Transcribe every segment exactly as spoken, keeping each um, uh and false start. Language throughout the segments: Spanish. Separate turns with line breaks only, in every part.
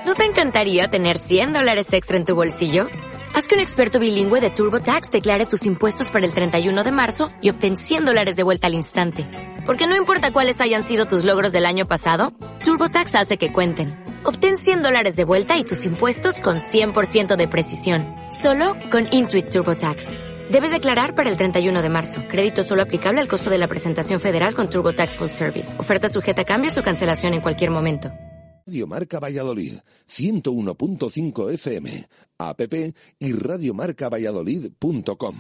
¿No te encantaría tener cien dólares extra en tu bolsillo? Haz que un experto bilingüe de TurboTax declare tus impuestos para el treinta y uno de marzo y obtén cien dólares de vuelta al instante. Porque no importa cuáles hayan sido tus logros del año pasado, TurboTax hace que cuenten. Obtén cien dólares de vuelta y tus impuestos con cien por ciento de precisión. Solo con Intuit TurboTax. Debes declarar para el treinta y uno de marzo. Crédito solo aplicable al costo de la presentación federal con TurboTax Full Service. Oferta sujeta a cambios o cancelación en cualquier momento.
Radio Marca Valladolid, ciento uno punto cinco F M, app y radiomarcavalladolid punto com.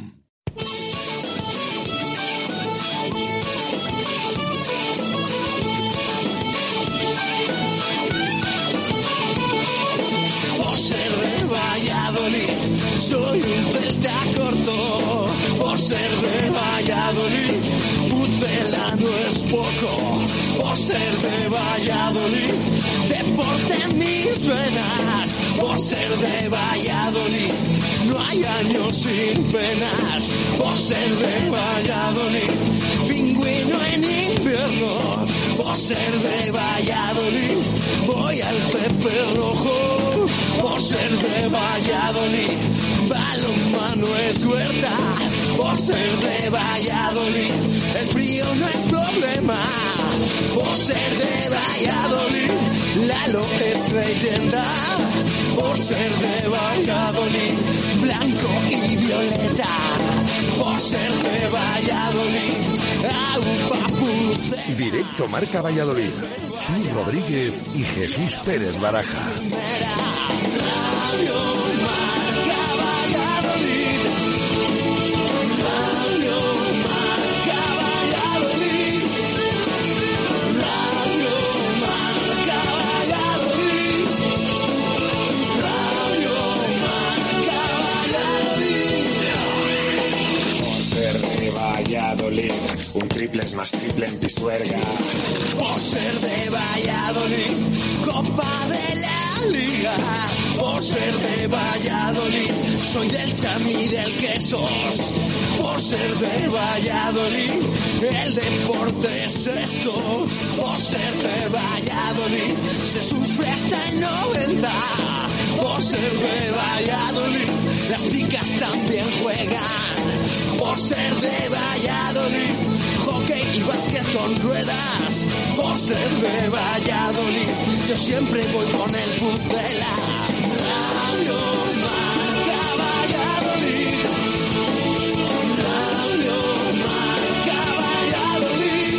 Por ser de Valladolid, soy un celta corto. Por ser de Valladolid, Pucela no es poco. Por ser de Valladolid, deporte en mis venas. Por ser de Valladolid, no hay años sin penas. Por ser de Valladolid, pingüino en invierno. Por ser de Valladolid, voy al Pepe Rojo. Por ser de Valladolid, balonmano es huerta. Por ser de Valladolid, el frío no es problema. Por ser de Valladolid, Lalo es leyenda. Por ser de Valladolid, blanco y violeta. Por ser de Valladolid, Aupa Puce.
Directo Marca Valladolid, Chus Rodríguez y Jesús Pérez Baraja.
Radio Marca Valladolid. Radio Marca Valladolid. Radio Marca Valladolid. Radio Marca Valladolid.
Por ser de Valladolid, un triple es más triple en Pisuerga.
Por ser de Valladolid, Copa de la Liga. Por ser de Valladolid, soy del Chami y del Quesos. Por ser de Valladolid, el deporte es esto. Por ser de Valladolid, se sufre hasta el noventa. Por ser de Valladolid, las chicas también juegan. Por ser de Valladolid, hockey y básquet con ruedas. Por ser de Valladolid, yo siempre voy con el Pucela. Radio Marca Valladolid. Radio Marca Valladolid.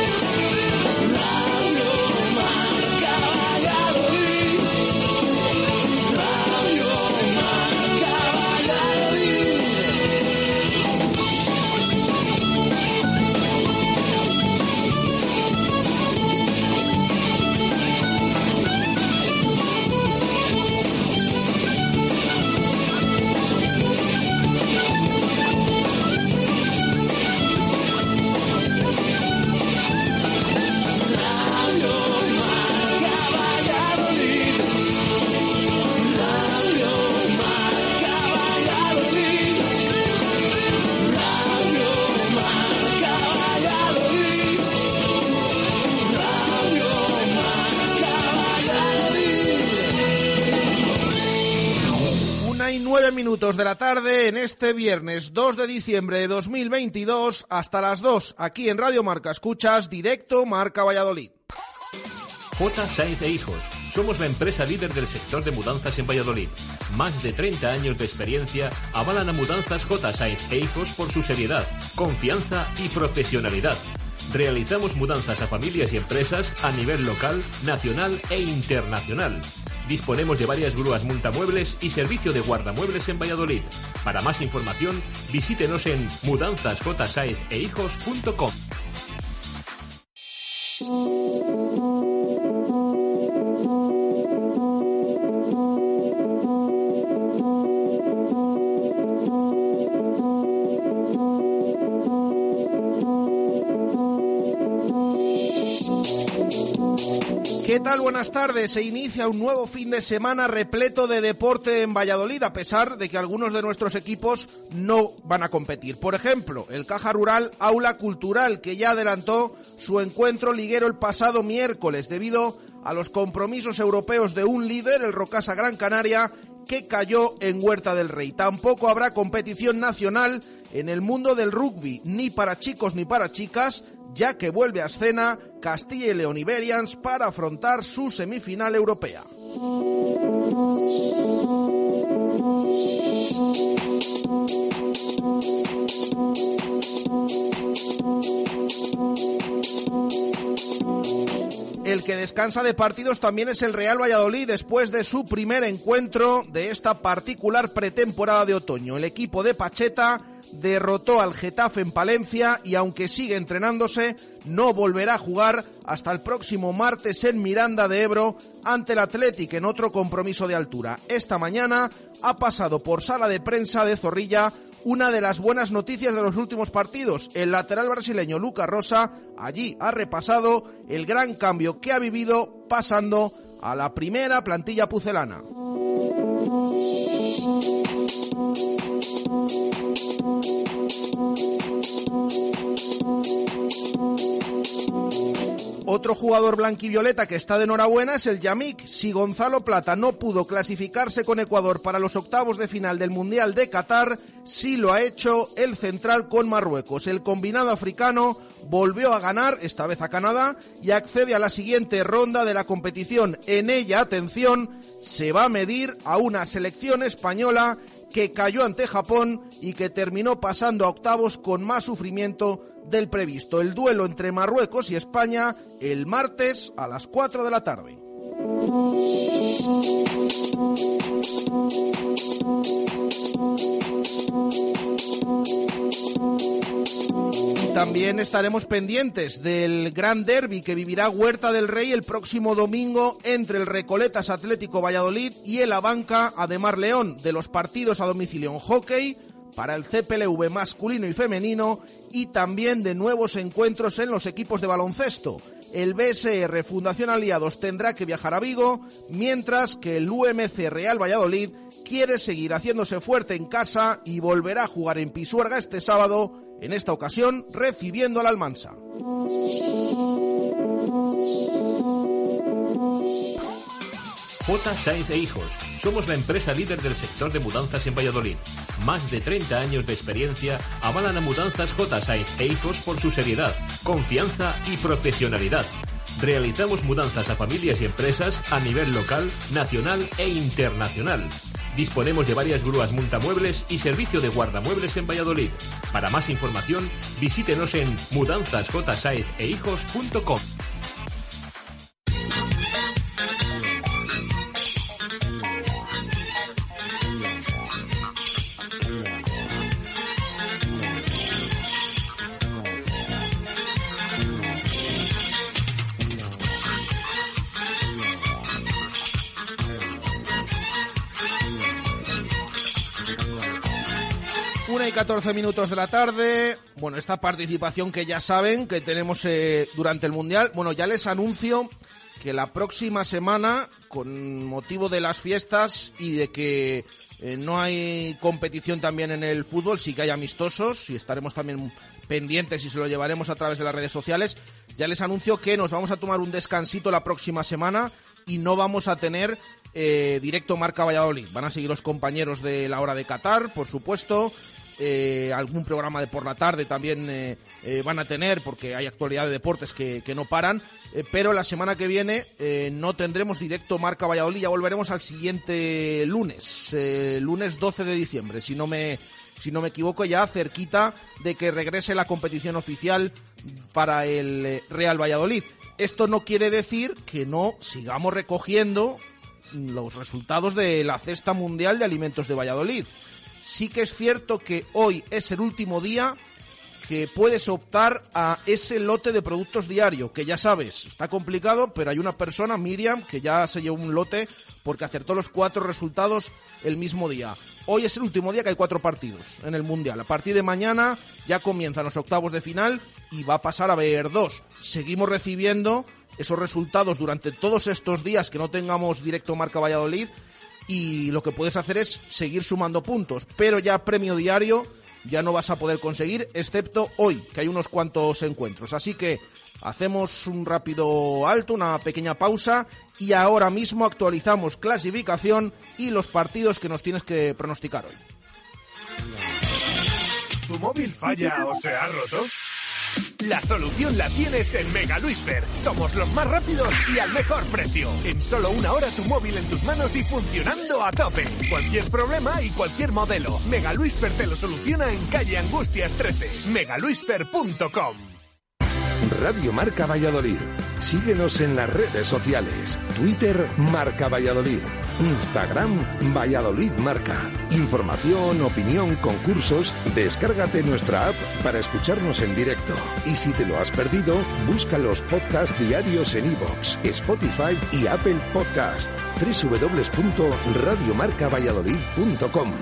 Radio Marca Valladolid. Radio Marca Valladolid.
Nueve minutos de la tarde en este viernes dos de diciembre de dos mil veintidós hasta las dos aquí en Radio Marca escuchas Directo Marca Valladolid.
J. Sainz e Hijos. Somos la empresa líder del sector de mudanzas en Valladolid. Más de treinta años de experiencia avalan a Mudanzas J. Sainz e Hijos por su seriedad, confianza y profesionalidad. Realizamos mudanzas a familias y empresas a nivel local, nacional e internacional. Disponemos de varias grúas multamuebles y servicio de guardamuebles en Valladolid. Para más información, visítenos en mudanzas j sainz e hijos punto com.
¿Qué tal? Buenas tardes. Se inicia un nuevo fin de semana repleto de deporte en Valladolid, a pesar de que algunos de nuestros equipos no van a competir. Por ejemplo, el Caja Rural Aula Cultural, que ya adelantó su encuentro liguero el pasado miércoles, debido a los compromisos europeos de un líder, el Rocasa Gran Canaria, que cayó en Huerta del Rey. Tampoco habrá competición nacional en el mundo del rugby, ni para chicos ni para chicas, ya que vuelve a escena Castilla y León Iberians para afrontar su semifinal europea. El que descansa de partidos también es el Real Valladolid después de su primer encuentro de esta particular pretemporada de otoño. El equipo de Pacheta derrotó al Getafe en Palencia y aunque sigue entrenándose, no volverá a jugar hasta el próximo martes en Miranda de Ebro ante el Athletic en otro compromiso de altura. Esta mañana ha pasado por sala de prensa de Zorrilla una de las buenas noticias de los últimos partidos. El lateral brasileño Lucas Rosa allí ha repasado el gran cambio que ha vivido pasando a la primera plantilla pucelana. Otro jugador blanquivioleta que está de enhorabuena es el Yamik. Si Gonzalo Plata no pudo clasificarse con Ecuador para los octavos de final del Mundial de Qatar, sí lo ha hecho el central con Marruecos. El combinado africano volvió a ganar, esta vez a Canadá, y accede a la siguiente ronda de la competición. En ella, atención, se va a medir a una selección española que cayó ante Japón y que terminó pasando a octavos con más sufrimiento del previsto. El duelo entre Marruecos y España el martes a las cuatro de la tarde. Y también estaremos pendientes del gran derbi que vivirá Huerta del Rey el próximo domingo entre el Recoletas Atlético Valladolid y el Abanca Ademar León, de los partidos a domicilio en hockey para el C P L V masculino y femenino, y también de nuevos encuentros en los equipos de baloncesto. El B S R Fundación Aliados tendrá que viajar a Vigo, mientras que el U M C Real Valladolid quiere seguir haciéndose fuerte en casa y volverá a jugar en Pisuerga este sábado, en esta ocasión recibiendo al Almansa.
J. Sáenz e Hijos. Somos la empresa líder del sector de mudanzas en Valladolid. Más de treinta años de experiencia avalan a Mudanzas J. Sáenz e Hijos por su seriedad, confianza y profesionalidad. Realizamos mudanzas a familias y empresas a nivel local, nacional e internacional. Disponemos de varias grúas montamuebles y servicio de guardamuebles en Valladolid. Para más información, visítenos en mudanzas j sáenz e hijos punto com.
una y catorce minutos de la tarde. Bueno, esta participación que ya saben que tenemos eh, durante el Mundial. Bueno, ya les anuncio que la próxima semana, con motivo de las fiestas y de que eh, no hay competición también en el fútbol, sí que hay amistosos y estaremos también pendientes y se lo llevaremos a través de las redes sociales. Ya les anuncio que nos vamos a tomar un descansito la próxima semana y no vamos a tener eh, directo Marca Valladolid. Van a seguir los compañeros de la hora de Qatar, por supuesto. Eh, algún programa de por la tarde también eh, eh, van a tener, porque hay actualidad de deportes que, que no paran, eh, pero la semana que viene eh, no tendremos directo Marca Valladolid. Ya volveremos al siguiente lunes, eh, lunes doce de diciembre, si no me si no me equivoco, ya cerquita de que regrese la competición oficial para el Real Valladolid. Esto no quiere decir que no sigamos recogiendo los resultados de la cesta mundial de alimentos de Valladolid. Sí que es cierto que hoy es el último día que puedes optar a ese lote de productos diario, que ya sabes, está complicado, pero hay una persona, Miriam, que ya se llevó un lote porque acertó los cuatro resultados el mismo día. Hoy es el último día que hay cuatro partidos en el Mundial. A partir de mañana ya comienzan los octavos de final y va a pasar a haber dos. Seguimos recibiendo esos resultados durante todos estos días que no tengamos directo Marca Valladolid, y lo que puedes hacer es seguir sumando puntos, pero ya premio diario ya no vas a poder conseguir, excepto hoy, que hay unos cuantos encuentros. Así que hacemos un rápido alto, una pequeña pausa, y ahora mismo actualizamos clasificación y los partidos que nos tienes que pronosticar hoy.
¿Tu móvil falla o se ha roto? La solución la tienes en Mega Luisfer. Somos los más rápidos y al mejor precio. En solo una hora tu móvil en tus manos y funcionando a tope. Cualquier problema y cualquier modelo, Mega Luisfer te lo soluciona en calle Angustias trece. mega luisfer punto com.
Radio Marca Valladolid. Síguenos en las redes sociales. Twitter Marca Valladolid. Instagram Valladolid Marca. Información, opinión, concursos. Descárgate nuestra app para escucharnos en directo. Y si te lo has perdido, busca los podcasts diarios en iVoox, Spotify y Apple Podcast. doble u doble u doble u punto radio marca valladolid punto com.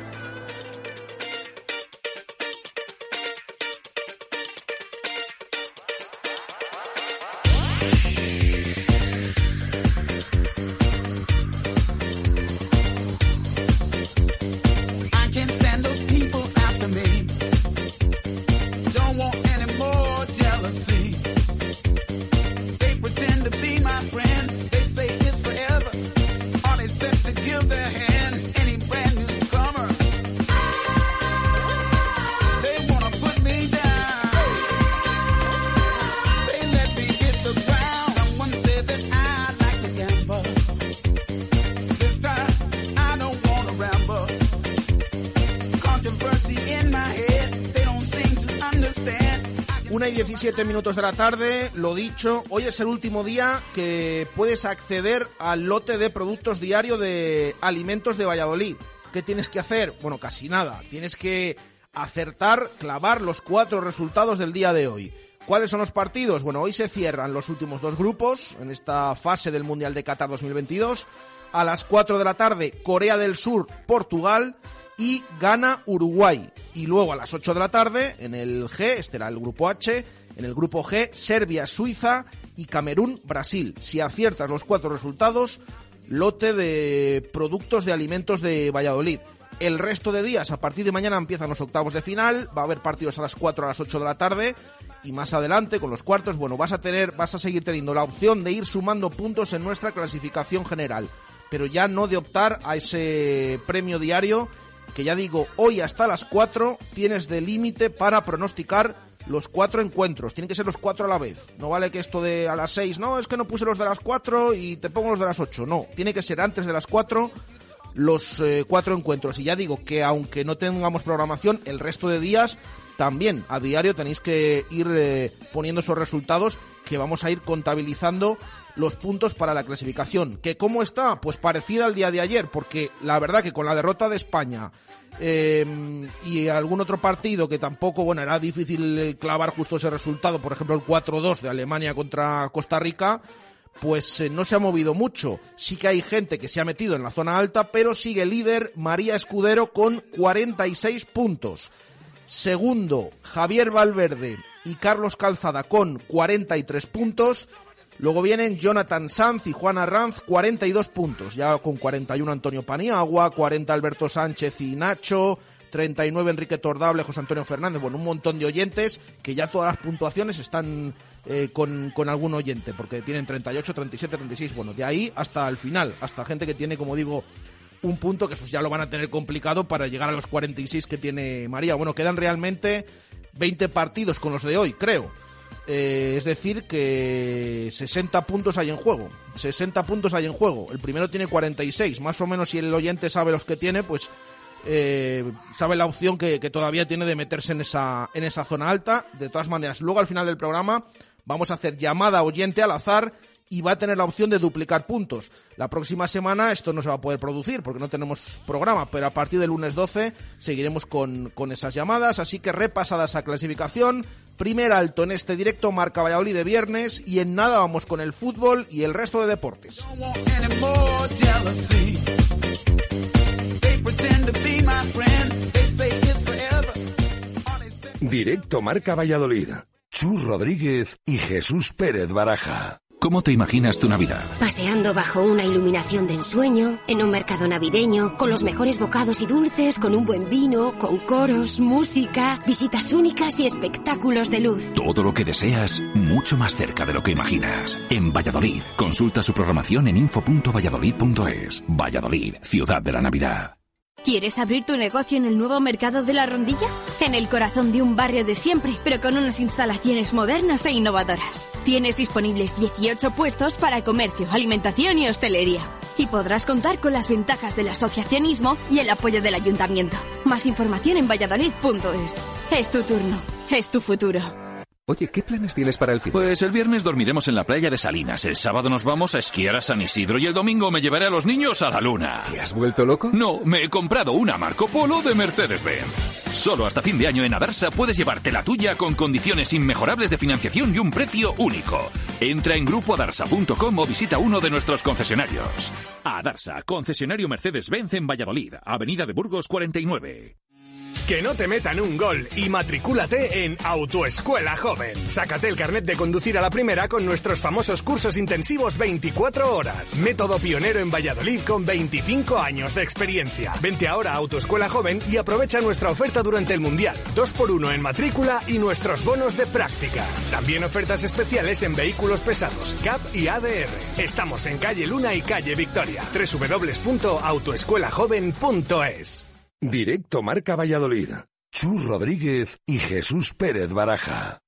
una y diecisiete minutos de la tarde, lo dicho, hoy es el último día que puedes acceder al lote de productos diario de alimentos de Valladolid. ¿Qué tienes que hacer? Bueno, casi nada. Tienes que acertar, clavar los cuatro resultados del día de hoy. ¿Cuáles son los partidos? Bueno, hoy se cierran los últimos dos grupos en esta fase del Mundial de Qatar dos mil veintidós. A las cuatro de la tarde, Corea del Sur, Portugal y Ghana, Uruguay. Y luego a las ocho de la tarde, en el G, este era el grupo H, en el grupo G, Serbia, Suiza y Camerún, Brasil. Si aciertas los cuatro resultados, lote de productos de alimentos de Valladolid. El resto de días, a partir de mañana, empiezan los octavos de final, va a haber partidos a las cuatro, a las ocho de la tarde, y más adelante, con los cuartos, bueno, vas a tener, vas a seguir teniendo la opción de ir sumando puntos en nuestra clasificación general, pero ya no de optar a ese premio diario, que ya digo, hoy hasta las cuatro tienes de límite para pronosticar los cuatro encuentros. Tienen que ser los cuatro a la vez. No vale que esto de a las seis, no, es que no puse los de las cuatro y te pongo los de las ocho. No, tiene que ser antes de las cuatro los eh, cuatro encuentros. Y ya digo que aunque no tengamos programación, el resto de días también a diario tenéis que ir eh, poniendo esos resultados, que vamos a ir contabilizando los puntos para la clasificación. ¿Que cómo está? Pues parecida al día de ayer, porque la verdad que con la derrota de España eh, y algún otro partido que tampoco, bueno, era difícil clavar justo ese resultado, por ejemplo el cuatro dos de Alemania contra Costa Rica, pues eh, no se ha movido mucho. Sí que hay gente que se ha metido en la zona alta, pero sigue líder María Escudero con cuarenta y seis puntos. Segundo, Javier Valverde y Carlos Calzada con cuarenta y tres puntos. Luego vienen Jonathan Sanz y Juan Arranz, cuarenta y dos puntos. Ya con cuarenta y uno Antonio Paniagua, cuarenta Alberto Sánchez y Nacho, treinta y nueve Enrique Tordable, José Antonio Fernández. Bueno, un montón de oyentes que ya todas las puntuaciones están eh, con, con algún oyente, porque tienen treinta y ocho, treinta y siete, treinta y seis. Bueno, de ahí hasta el final, hasta gente que tiene, como digo, un punto, que esos ya lo van a tener complicado para llegar a los cuarenta y seis que tiene María. Bueno, quedan realmente veinte partidos con los de hoy, creo. Eh, es decir que sesenta puntos hay en juego. sesenta puntos hay en juego. El primero tiene cuarenta y seis. Más o menos, si el oyente sabe los que tiene, pues eh, sabe la opción que, que todavía tiene de meterse en esa, en esa zona alta. De todas maneras, luego al final del programa vamos a hacer llamada oyente al azar y va a tener la opción de duplicar puntos. La próxima semana esto no se va a poder producir porque no tenemos programa, pero a partir del lunes doce seguiremos con, con esas llamadas, así que repasada esa clasificación, primer alto en este directo Marca Valladolid de viernes, y en nada vamos con el fútbol y el resto de deportes.
Directo Marca Valladolid. Chus Rodríguez y Jesús Pérez Baraja.
¿Cómo te imaginas tu Navidad?
Paseando bajo una iluminación de ensueño, en un mercado navideño, con los mejores bocados y dulces, con un buen vino, con coros, música, visitas únicas y espectáculos de luz.
Todo lo que deseas, mucho más cerca de lo que imaginas. En Valladolid, consulta su programación en info punto valladolid punto es. Valladolid, ciudad de la Navidad.
¿Quieres abrir tu negocio en el nuevo mercado de la Rondilla? En el corazón de un barrio de siempre, pero con unas instalaciones modernas e innovadoras. Tienes disponibles dieciocho puestos para comercio, alimentación y hostelería. Y podrás contar con las ventajas del asociacionismo y el apoyo del ayuntamiento. Más información en valladolid punto es. Es tu turno, es tu futuro.
Oye, ¿qué planes tienes para el fin?
Pues el viernes dormiremos en la playa de Salinas, el sábado nos vamos a esquiar a San Isidro y el domingo me llevaré a los niños a la luna.
¿Te has vuelto loco?
No, me he comprado una Marco Polo de Mercedes-Benz. Solo hasta fin de año en Adarsa puedes llevarte la tuya con condiciones inmejorables de financiación y un precio único. Entra en grupo adarsa punto com o visita uno de nuestros concesionarios. Adarsa, concesionario Mercedes-Benz en Valladolid, Avenida de Burgos cuarenta y nueve.
Que no te metan un gol y matricúlate en Autoescuela Joven. Sácate el carnet de conducir a la primera con nuestros famosos cursos intensivos veinticuatro horas. Método pionero en Valladolid con veinticinco años de experiencia. Vente ahora a Autoescuela Joven y aprovecha nuestra oferta durante el Mundial. dos por uno en matrícula y nuestros bonos de prácticas. También ofertas especiales en vehículos pesados, C A P y A D R. Estamos en calle Luna y calle Victoria. doble u doble u doble u punto autoescuela joven punto es.
Directo Marca Valladolid. Chus Rodríguez y Jesús Pérez Baraja.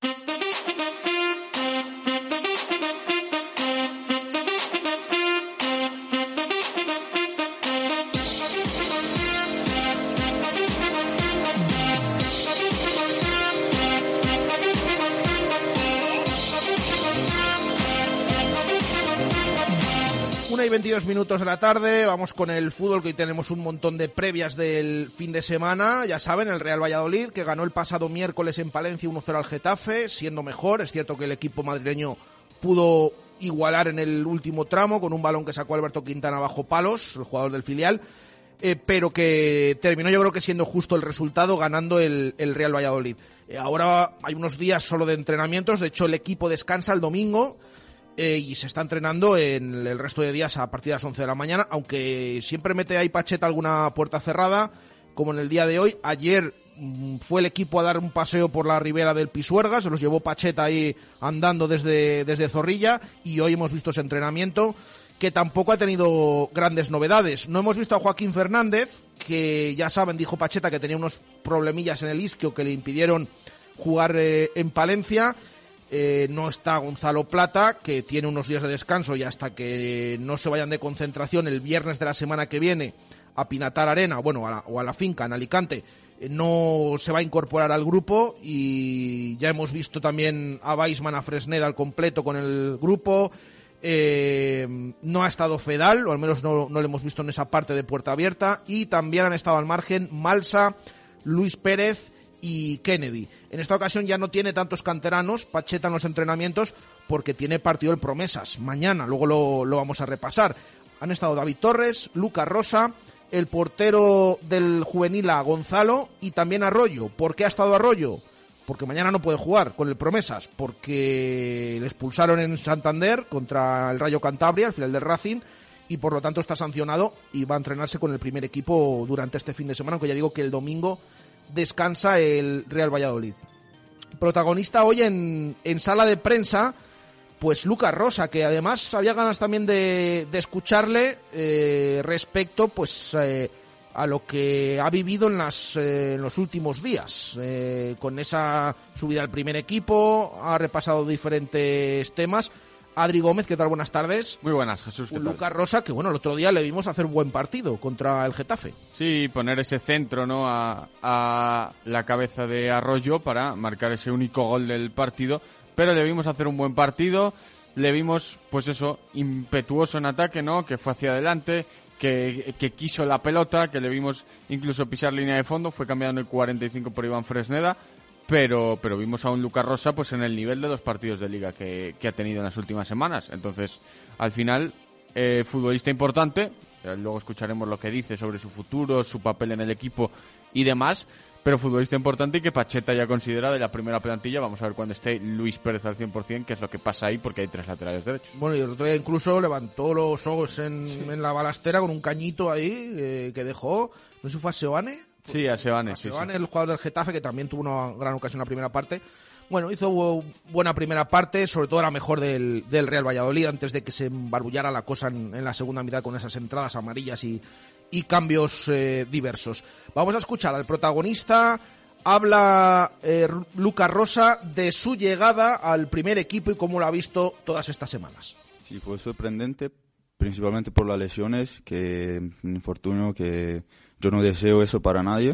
una y veintidós minutos de la tarde, vamos con el fútbol, que hoy tenemos un montón de previas del fin de semana. Ya saben, el Real Valladolid, que ganó el pasado miércoles en Palencia uno cero al Getafe, siendo mejor. Es cierto que el equipo madrileño pudo igualar en el último tramo con un balón que sacó Alberto Quintana bajo palos, el jugador del filial, eh, pero que terminó, yo creo que siendo justo el resultado, ganando el, el Real Valladolid. Eh, ahora hay unos días solo de entrenamientos, de hecho el equipo descansa el domingo, Eh, y se está entrenando en el resto de días a partir de las once de la mañana, aunque siempre mete ahí Pacheta alguna puerta cerrada, como en el día de hoy. Ayer mmm, fue el equipo a dar un paseo por la ribera del Pisuerga, se los llevó Pacheta ahí andando desde, desde Zorrilla, y hoy hemos visto ese entrenamiento, que tampoco ha tenido grandes novedades. No hemos visto a Joaquín Fernández, que ya saben, dijo Pacheta que tenía unos problemillas en el isquio que le impidieron jugar eh, en Palencia. Eh, no está Gonzalo Plata, que tiene unos días de descanso, y hasta que no se vayan de concentración el viernes de la semana que viene a Pinatar Arena, bueno, a la, o a la finca en Alicante, eh, no se va a incorporar al grupo. Y ya hemos visto también a Weisman, a Fresneda al completo con el grupo. Eh, no ha estado Fedal, o al menos no, no lo hemos visto en esa parte de puerta abierta, y también han estado al margen Malsa, Luis Pérez y Kennedy. En esta ocasión ya no tiene tantos canteranos Pacheta en los entrenamientos, porque tiene partido el Promesas mañana, luego lo, lo vamos a repasar. Han estado David Torres, Lucas Rosa, el portero del juvenil a Gonzalo, y también Arroyo. ¿Por qué ha estado Arroyo? Porque mañana no puede jugar con el Promesas, porque le expulsaron en Santander contra el Rayo Cantabria, al final del Racing, y por lo tanto está sancionado y va a entrenarse con el primer equipo durante este fin de semana, aunque ya digo que el domingo descansa el Real Valladolid. Protagonista hoy en, en sala de prensa, pues Lucas Rosa, que además había ganas también de, de escucharle eh, respecto pues eh, a lo que ha vivido en, las, eh, en los últimos días, eh, con esa subida al primer equipo. Ha repasado diferentes temas. Adri Gómez, ¿qué tal? Buenas tardes.
Muy buenas, Jesús.
Un Lucas Rosa que, bueno, el otro día le vimos hacer un buen partido contra el Getafe.
Sí, poner ese centro, ¿no?, a, a la cabeza de Arroyo para marcar ese único gol del partido, pero le vimos hacer un buen partido. le vimos, pues eso, impetuoso en ataque, ¿no? Que fue hacia adelante, que, que quiso la pelota, que le vimos incluso pisar línea de fondo, fue cambiado en el cuarenta y cinco por Iván Fresneda, pero pero vimos a un Lucas Rosa pues en el nivel de los partidos de Liga que, que ha tenido en las últimas semanas. Entonces, al final, eh, futbolista importante, luego escucharemos lo que dice sobre su futuro, su papel en el equipo y demás, pero futbolista importante y que Pacheta ya considera de la primera plantilla. Vamos a ver cuando esté Luis Pérez al cien por ciento, qué es lo que pasa ahí, porque hay tres laterales derechos.
Bueno, y el otro día incluso levantó los ojos en, sí. en la balastera con un cañito ahí eh, que dejó, no sé si fue a Seoane.
Sí, a Seoane,
a
sí,
Seoane,
sí.
El jugador del Getafe, que también tuvo una gran ocasión en la primera parte. Bueno, hizo buena primera parte, sobre todo la mejor del, del Real Valladolid, antes de que se embarbullara la cosa en, en la segunda mitad con esas entradas amarillas y, y cambios eh, diversos. Vamos a escuchar al protagonista. Habla eh, Lucas Rosa de su llegada al primer equipo y cómo lo ha visto todas estas semanas.
Sí, fue sorprendente, principalmente por las lesiones, que un infortunio que yo no deseo eso para nadie,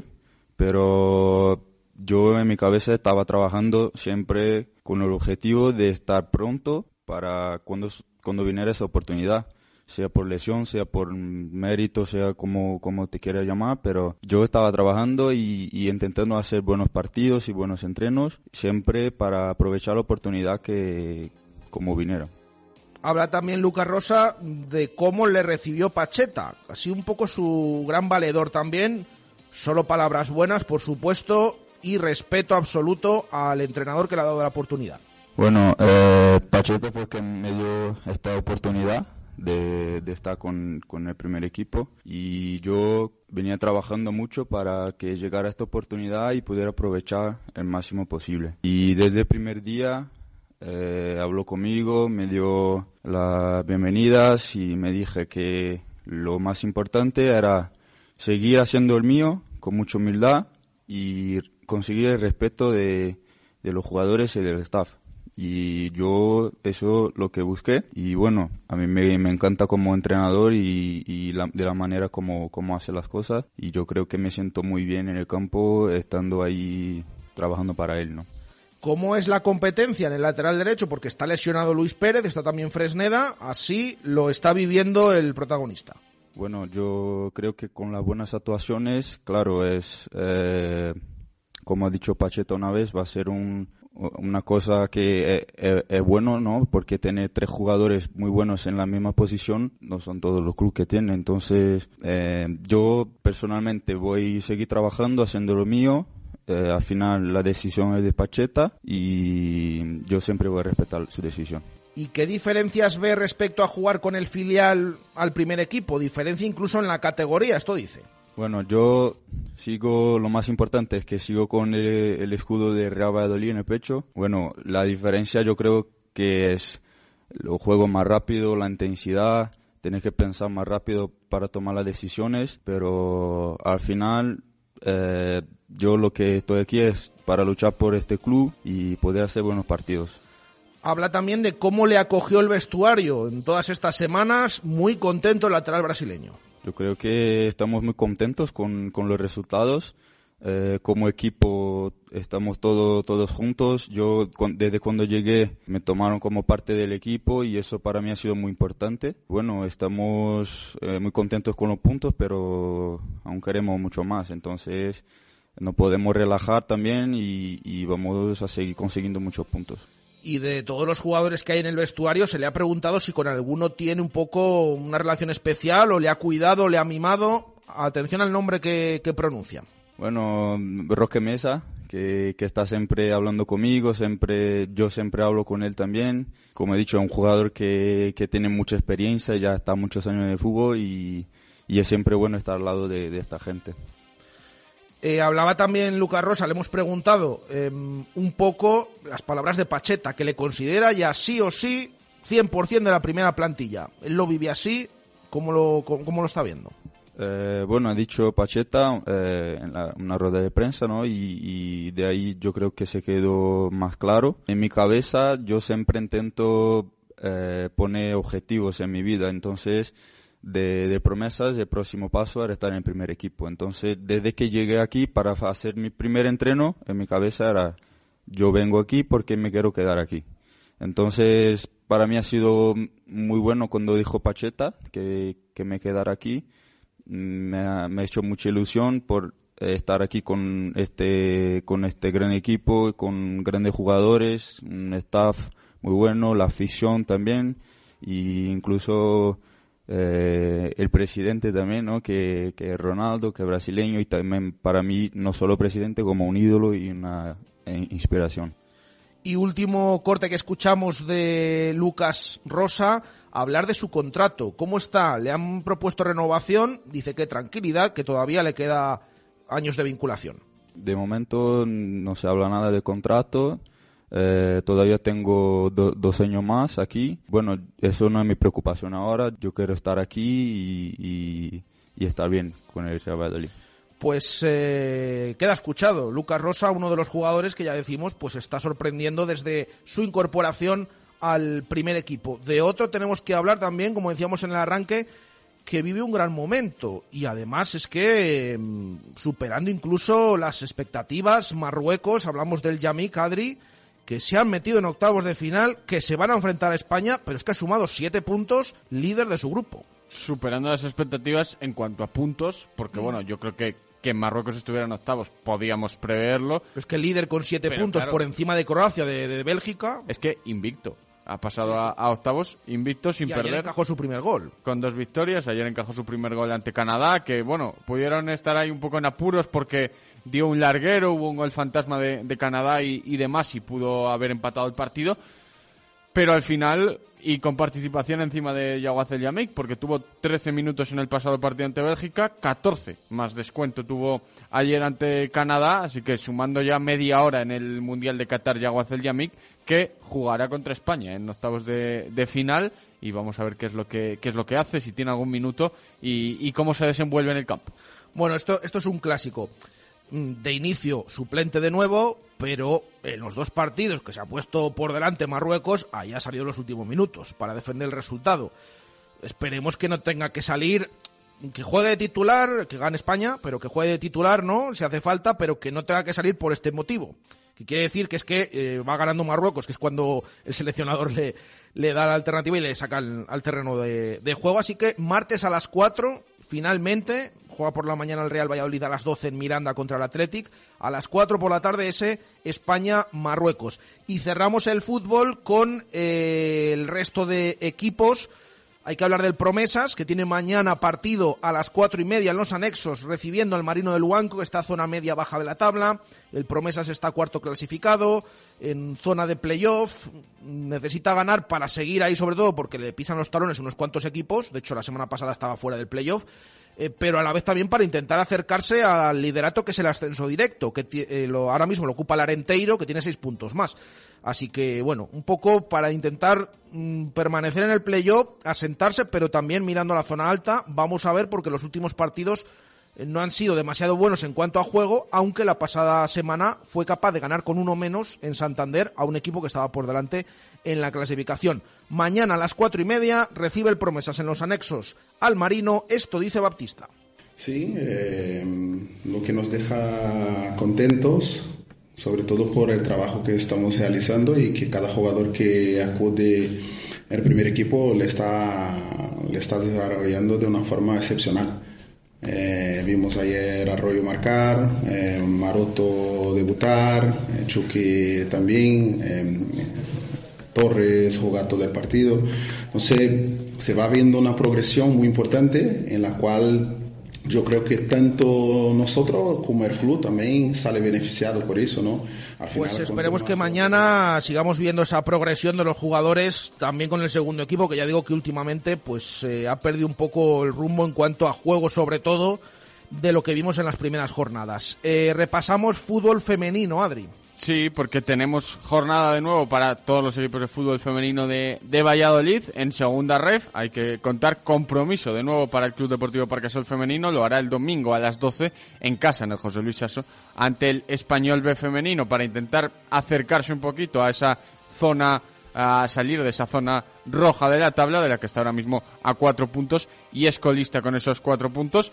pero yo en mi cabeza estaba trabajando siempre con el objetivo de estar pronto para cuando, cuando viniera esa oportunidad. Sea por lesión, sea por mérito, sea como, como te quieras llamar, pero yo estaba trabajando y, y intentando hacer buenos partidos y buenos entrenos, siempre para aprovechar la oportunidad que como viniera.
Habla también Lucas Rosa de cómo le recibió Pacheta, así un poco su gran valedor también, solo palabras buenas, por supuesto, y respeto absoluto al entrenador que le ha dado la oportunidad.
Bueno, eh, Pacheta fue quien me dio esta oportunidad de, de estar con, con el primer equipo y yo venía trabajando mucho para que llegara esta oportunidad y pudiera aprovechar el máximo posible. Y desde el primer día eh, habló conmigo, me dio las bienvenidas y me dije que lo más importante era seguir haciendo el mío con mucha humildad y conseguir el respeto de, de los jugadores y del staff. Y yo eso lo que busqué y bueno, a mí me, me encanta como entrenador y, y la, de la manera como, como hace las cosas y yo creo que me siento muy bien en el campo estando ahí trabajando para él, ¿no?
¿Cómo es la competencia en el lateral derecho? Porque está lesionado Luis Pérez, está también Fresneda, así lo está viviendo el protagonista.
Bueno, yo creo que con las buenas actuaciones, claro, es eh, como ha dicho Pacheta una vez, va a ser un una cosa que es, es, es bueno, ¿no? Porque tener tres jugadores muy buenos en la misma posición no son todos los clubes que tienen. Entonces, eh, yo personalmente voy a seguir trabajando, haciendo lo mío. Eh, al final la decisión es de Pacheta y yo siempre voy a respetar su decisión.
¿Y qué diferencias ve respecto a jugar con el filial al primer equipo? Diferencia incluso en la categoría, esto dice.
Bueno, yo sigo, lo más importante es que sigo con el, el escudo de Real Valladolid en el pecho. Bueno, la diferencia yo creo que es el juego más rápido, la intensidad, tienes que pensar más rápido para tomar las decisiones, pero al final eh, yo lo que estoy aquí es para luchar por este club y poder hacer buenos partidos.
Habla también de cómo le acogió el vestuario en todas estas semanas, muy contento el lateral brasileño.
Yo creo que estamos muy contentos con, con los resultados. Eh, como equipo estamos todo, todos juntos. Yo con, desde cuando llegué me tomaron como parte del equipo y eso para mí ha sido muy importante. Bueno, estamos eh, muy contentos con los puntos, pero aún queremos mucho más. Entonces no podemos relajar también y, y vamos a seguir consiguiendo muchos puntos.
Y de todos los jugadores que hay en el vestuario, se le ha preguntado si con alguno tiene un poco una relación especial o le ha cuidado, le ha mimado. Atención al nombre que, que pronuncia.
Bueno, Roque Mesa, que, que está siempre hablando conmigo, siempre yo siempre hablo con él también. Como he dicho, es un jugador que, que tiene mucha experiencia, ya está muchos años en el fútbol y, y es siempre bueno estar al lado de, de esta gente.
Eh, hablaba también Lucas Rosa, le hemos preguntado eh, un poco las palabras de Pacheta, que le considera ya sí o sí cien por ciento de la primera plantilla. Él lo vive así, ¿cómo lo, cómo, cómo lo está viendo?
Eh, bueno, ha dicho Pacheta eh, en la, una rueda de prensa, ¿no? Y, y de ahí yo creo que se quedó más claro. En mi cabeza yo siempre intento eh, poner objetivos en mi vida, entonces... De, de promesas, el próximo paso era estar en el primer equipo. Entonces, desde que llegué aquí para hacer mi primer entreno, en mi cabeza era, yo vengo aquí porque me quiero quedar aquí. Entonces, para mí ha sido muy bueno cuando dijo Pacheta que, que me quedara aquí. Me ha, me ha hecho mucha ilusión por estar aquí con este, con este gran equipo, con grandes jugadores, un staff muy bueno, la afición también, e incluso eh, el presidente también, ¿no? Que, que es Ronaldo, que es brasileño, y también para mí no solo presidente, como un ídolo y una eh, inspiración.
Y último corte que escuchamos de Lucas Rosa, hablar de su contrato. ¿Cómo está? Le han propuesto renovación, dice que tranquilidad, que todavía le queda años de vinculación.
De momento no se habla nada de contrato, eh, todavía tengo do, dos años más aquí. Bueno, eso no es mi preocupación ahora, yo quiero estar aquí y, y, y estar bien con el Real Valladolid.
Pues eh, queda escuchado. Lucas Rosa, uno de los jugadores que ya decimos, pues está sorprendiendo desde su incorporación al primer equipo. De otro tenemos que hablar también, como decíamos en el arranque, que vive un gran momento y además es que eh, superando incluso las expectativas, Marruecos, hablamos del Yamik Adri, que se han metido en octavos de final, que se van a enfrentar a España, pero es que ha sumado siete puntos, líder de su grupo.
Superando las expectativas en cuanto a puntos, porque mm. bueno, yo creo que que Marruecos estuviera en octavos podíamos preverlo.
Es que el líder con siete pero puntos claro, por encima de Croacia, de, de Bélgica.
Es que invicto. Ha pasado sí, sí. A, a octavos invicto sin
y
perder.
Ayer encajó su primer gol.
Con dos victorias. Ayer encajó su primer gol ante Canadá, que bueno, pudieron estar ahí un poco en apuros porque dio un larguero, hubo un gol fantasma de, de Canadá y, y demás y pudo haber empatado el partido. Pero al final, y con participación encima de Yaguaz El Yamik, porque tuvo trece minutos en el pasado partido ante Bélgica, catorce más descuento tuvo ayer ante Canadá, así que sumando ya media hora en el Mundial de Qatar Yaguaz El Yamik, que jugará contra España en octavos de, de final, y vamos a ver qué es lo que qué es lo que hace, si tiene algún minuto y, y cómo se desenvuelve en el campo.
Bueno, esto esto es un clásico. De inicio, suplente de nuevo, pero en los dos partidos que se ha puesto por delante Marruecos, ahí ha salido los últimos minutos para defender el resultado. Esperemos que no tenga que salir, que juegue de titular, que gane España, pero que juegue de titular, ¿no? Si hace falta, pero que no tenga que salir por este motivo. Que quiere decir que es que eh, va ganando Marruecos, que es cuando el seleccionador le, le da la alternativa y le saca al, al terreno de, de juego. Así que martes a las cuatro, finalmente, juega por la mañana el Real Valladolid a las doce en Miranda contra el Athletic, a las cuatro por la tarde ese España-Marruecos. Y cerramos el fútbol con eh, el resto de equipos. Hay que hablar del Promesas, que tiene mañana partido a las cuatro y media en los anexos, recibiendo al Marino del Luanco, que está zona media-baja de la tabla. El Promesas está cuarto clasificado, en zona de playoff. Necesita ganar para seguir ahí, sobre todo porque le pisan los talones unos cuantos equipos. De hecho, la semana pasada estaba fuera del playoff. Eh, pero a la vez también para intentar acercarse al liderato, que es el ascenso directo, que eh, lo, ahora mismo lo ocupa el Arenteiro, que tiene seis puntos más. Así que, bueno, un poco para intentar mmm, permanecer en el playoff, asentarse, pero también mirando a la zona alta. Vamos a ver, porque los últimos partidos eh, no han sido demasiado buenos en cuanto a juego, aunque la pasada semana fue capaz de ganar con uno menos en Santander a un equipo que estaba por delante en la clasificación. Mañana a las cuatro y media recibe el Promesas en los anexos al Marino. Esto dice Baptista.
Sí, eh, lo que nos deja contentos, sobre todo por el trabajo que estamos realizando y que cada jugador que acude al primer equipo le está, le está desarrollando de una forma excepcional. Eh, vimos ayer Arroyo marcar, eh, Maroto debutar, eh, Chucky también, eh, Torres jugar todo el partido. No sé, se va viendo una progresión muy importante en la cual yo creo que tanto nosotros como el club también sale beneficiado por eso, ¿no? Al final,
pues esperemos que mañana sigamos viendo esa progresión de los jugadores, también con el segundo equipo, que ya digo que últimamente pues eh, ha perdido un poco el rumbo en cuanto a juego, sobre todo de lo que vimos en las primeras jornadas. Eh, repasamos fútbol femenino, Adri.
Sí, porque tenemos jornada de nuevo para todos los equipos de fútbol femenino de, de Valladolid en segunda ref. Hay que contar compromiso de nuevo para el Club Deportivo Parcasol femenino. Lo hará el domingo a las doce en casa, en el José Luis Sasso, ante el Español B femenino, para intentar acercarse un poquito a esa zona, a salir de esa zona roja de la tabla, de la que está ahora mismo a cuatro puntos y es colista con esos cuatro puntos.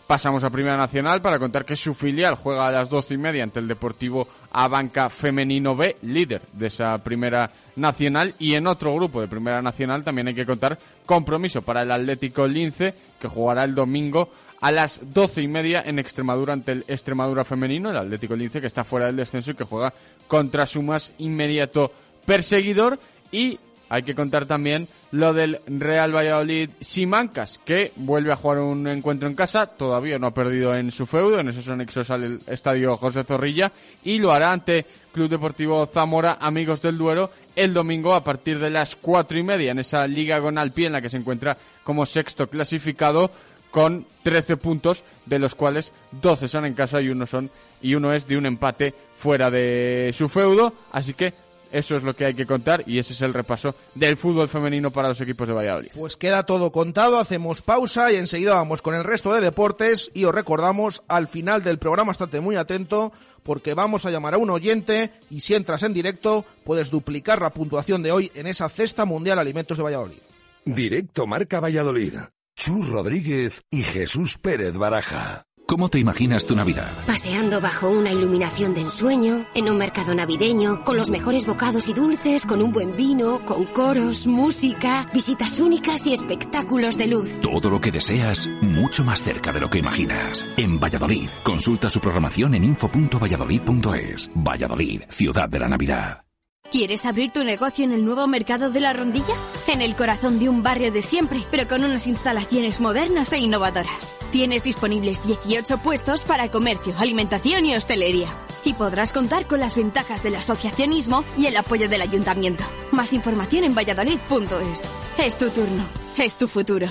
Pasamos a Primera Nacional para contar que su filial juega a las doce y media ante el Deportivo Abanca Femenino B, líder de esa Primera Nacional. Y en otro grupo de Primera Nacional también hay que contar compromiso para el Atlético Lince, que jugará el domingo a las doce y media en Extremadura ante el Extremadura Femenino, el Atlético Lince que está fuera del descenso y que juega contra su más inmediato perseguidor. Y hay que contar también lo del Real Valladolid Simancas, que vuelve a jugar un encuentro en casa, todavía no ha perdido en su feudo, en esos anexos al estadio José Zorrilla, y lo hará ante Club Deportivo Zamora, Amigos del Duero, el domingo a partir de las cuatro y media en esa Liga Gonalpi en la que se encuentra como sexto clasificado con trece puntos, de los cuales doce son en casa y uno son y uno es de un empate fuera de su feudo, así que eso es lo que hay que contar y ese es el repaso del fútbol femenino para los equipos de Valladolid.
Pues queda todo contado, hacemos pausa y enseguida vamos con el resto de deportes y os recordamos al final del programa, estate muy atento porque vamos a llamar a un oyente y si entras en directo puedes duplicar la puntuación de hoy en esa cesta mundial alimentos de Valladolid.
Directo Marca Valladolid. Chus Rodríguez y Jesús Pérez Baraja.
¿Cómo te imaginas tu Navidad?
Paseando bajo una iluminación de ensueño, en un mercado navideño, con los mejores bocados y dulces, con un buen vino, con coros, música, visitas únicas y espectáculos de luz.
Todo lo que deseas, mucho más cerca de lo que imaginas. En Valladolid, consulta su programación en info punto valladolid punto es. Valladolid, ciudad de la Navidad.
¿Quieres abrir tu negocio en el nuevo mercado de la Rondilla? En el corazón de un barrio de siempre, pero con unas instalaciones modernas e innovadoras. Tienes disponibles dieciocho puestos para comercio, alimentación y hostelería. Y podrás contar con las ventajas del asociacionismo y el apoyo del ayuntamiento. Más información en valladolid punto es. Es tu turno, es tu futuro.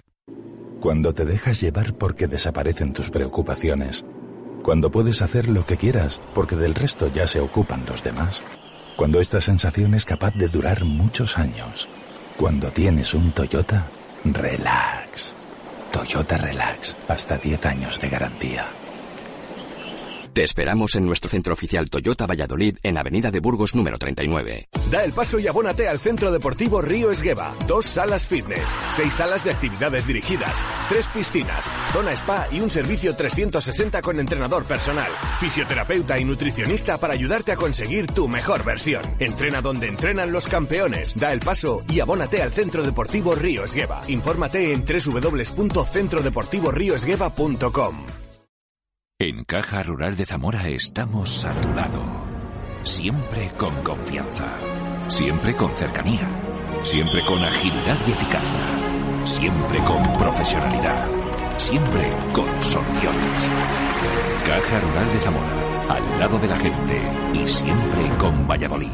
Cuando te dejas llevar porque desaparecen tus preocupaciones. Cuando puedes hacer lo que quieras porque del resto ya se ocupan los demás. Cuando esta sensación es capaz de durar muchos años. Cuando tienes un Toyota, relax. Toyota Relax, hasta diez años de garantía.
Te esperamos en nuestro centro oficial Toyota Valladolid en Avenida de Burgos número treinta y nueve.
Da el paso y abónate al Centro Deportivo Río Esgueva. Dos salas fitness, seis salas de actividades dirigidas, tres piscinas, zona spa y un servicio trescientos sesenta con entrenador personal, fisioterapeuta y nutricionista para ayudarte a conseguir tu mejor versión. Entrena donde entrenan los campeones. Da el paso y abónate al Centro Deportivo Río Esgueva. Infórmate en doble u doble u doble u punto centro deportivo río esgueva punto com.
En Caja Rural de Zamora estamos a tu lado. Siempre con confianza. Siempre con cercanía. Siempre con agilidad y eficacia. Siempre con profesionalidad. Siempre con soluciones. Caja Rural de Zamora. Al lado de la gente. Y siempre con Valladolid.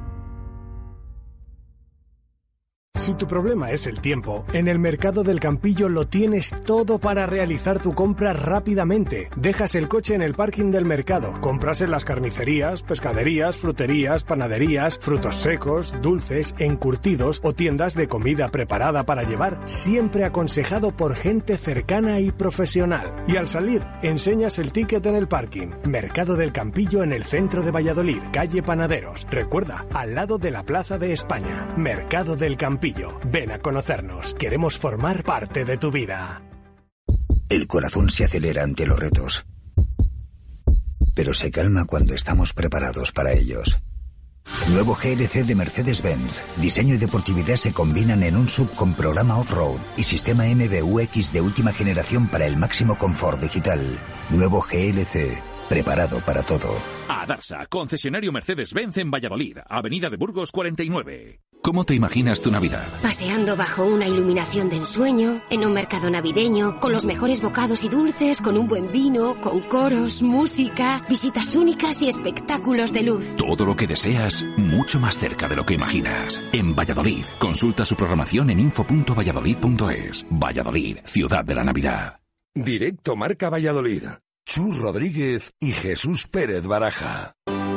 Si tu problema es el tiempo, en el Mercado del Campillo lo tienes todo para realizar tu compra rápidamente. Dejas el coche en el parking del mercado, compras en las carnicerías, pescaderías, fruterías, panaderías, frutos secos, dulces, encurtidos o tiendas de comida preparada para llevar, siempre aconsejado por gente cercana y profesional. Y al salir, enseñas el ticket en el parking. Mercado del Campillo en el centro de Valladolid, calle Panaderos. Recuerda, al lado de la Plaza de España. Mercado del Campillo. Ven a conocernos. Queremos formar parte de tu vida.
El corazón se acelera ante los retos, pero se calma cuando estamos preparados para ellos. Nuevo G L C de Mercedes-Benz. Diseño y deportividad se combinan en un sub con programa off-road y sistema M B U X de última generación para el máximo confort digital. Nuevo G L C. Preparado para todo.
Adarsa, concesionario Mercedes-Benz en Valladolid, Avenida de Burgos cuarenta y nueve. ¿Cómo te imaginas tu Navidad?
Paseando bajo una iluminación de ensueño, en un mercado navideño, con los mejores bocados y dulces, con un buen vino, con coros, música, visitas únicas y espectáculos de luz.
Todo lo que deseas, mucho más cerca de lo que imaginas. En Valladolid, consulta su programación en info punto valladolid punto es. Valladolid, ciudad de la Navidad.
Directo Marca Valladolid. Chus Rodríguez y Jesús Pérez Baraja.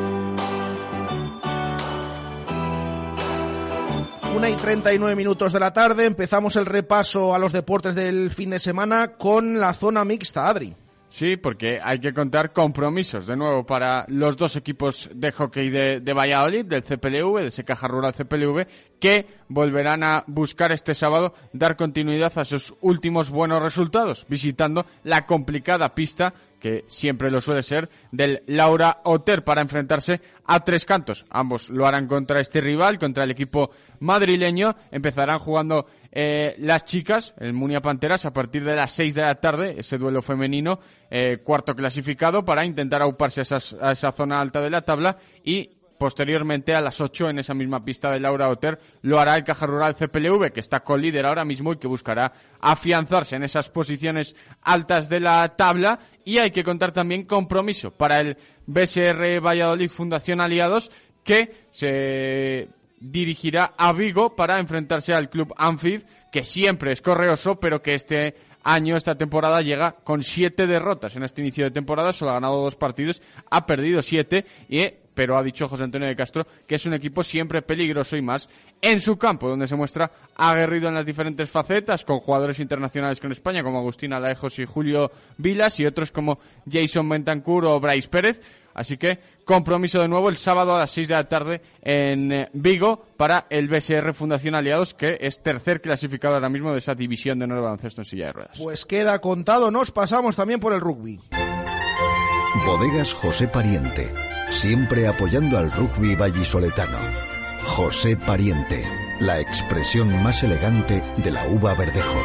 Una y treinta y nueve minutos de la tarde, empezamos el repaso a los deportes del fin de semana con la zona mixta, Adri.
Sí, porque hay que contar compromisos de nuevo para los dos equipos de hockey de, de Valladolid, del C P L V, del Secaja Rural C P L V, que volverán a buscar este sábado dar continuidad a sus últimos buenos resultados, visitando la complicada pista, que siempre lo suele ser, del Laura Oter para enfrentarse a Tres Cantos. Ambos lo harán contra este rival, contra el equipo madrileño. Empezarán jugando eh, las chicas, el Munia Panteras, a partir de las seis de la tarde, ese duelo femenino, eh, cuarto clasificado, para intentar auparse a, esas, a esa zona alta de la tabla, y posteriormente a las ocho en esa misma pista de Laura Oter lo hará el Caja Rural C P L V, que está colíder ahora mismo y que buscará afianzarse en esas posiciones altas de la tabla. Y hay que contar también compromiso para el B S R Valladolid Fundación Aliados, que se dirigirá a Vigo para enfrentarse al club Anfib, que siempre es correoso, pero que este año, esta temporada, llega con siete derrotas en este inicio de temporada. Solo ha ganado dos partidos, ha perdido siete, y pero ha dicho José Antonio de Castro que es un equipo siempre peligroso, y más en su campo, donde se muestra aguerrido en las diferentes facetas, con jugadores internacionales con España como Agustín Alejos y Julio Vilas, y otros como Jason Bentancur o Bryce Pérez. Así que compromiso de nuevo el sábado a las seis de la tarde en Vigo para el B S R Fundación Aliados, que es tercer clasificado ahora mismo de esa división de honor de baloncesto en silla de ruedas.
Pues queda contado, nos pasamos también por el rugby.
Bodegas José Pariente, siempre apoyando al rugby vallisoletano. José Pariente, la expresión más elegante de la uva verdejo.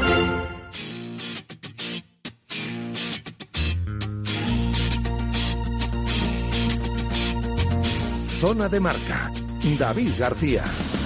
Zona de marca, David García.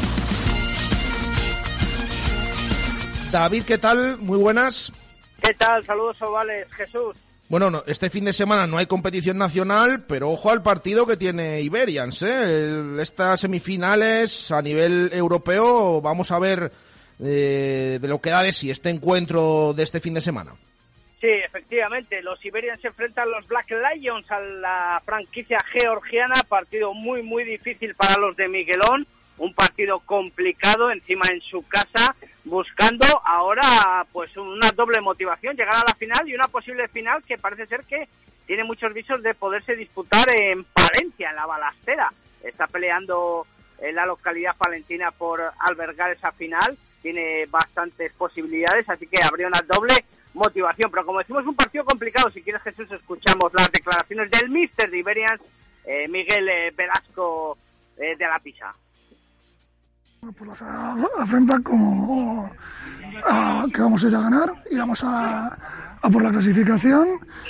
David, ¿qué tal? Muy buenas.
¿Qué tal? Saludos ovales, Jesús.
Bueno, no, este fin de semana no hay competición nacional, pero ojo al partido que tiene Iberians, ¿eh? El, estas semifinales a nivel europeo, vamos a ver eh, de lo que da de sí este encuentro de este fin de semana.
Sí, efectivamente, los Iberians se enfrentan a los Black Lions, a la franquicia georgiana, partido muy, muy difícil para los de Miguelón, un partido complicado, encima en su casa, buscando ahora pues una doble motivación, llegar a la final y una posible final que parece ser que tiene muchos visos de poderse disputar en Palencia, en la Balastera. Está peleando en la localidad palentina por albergar esa final, tiene bastantes posibilidades, así que habría una doble motivación. Pero como decimos, un partido complicado. Si quieres, Jesús, escuchamos las declaraciones del míster de Iberians, eh, Miguel eh, Velasco eh, de la Pisa.
Pues las afrenta como a, que vamos a ir a ganar y vamos a, a por la clasificación,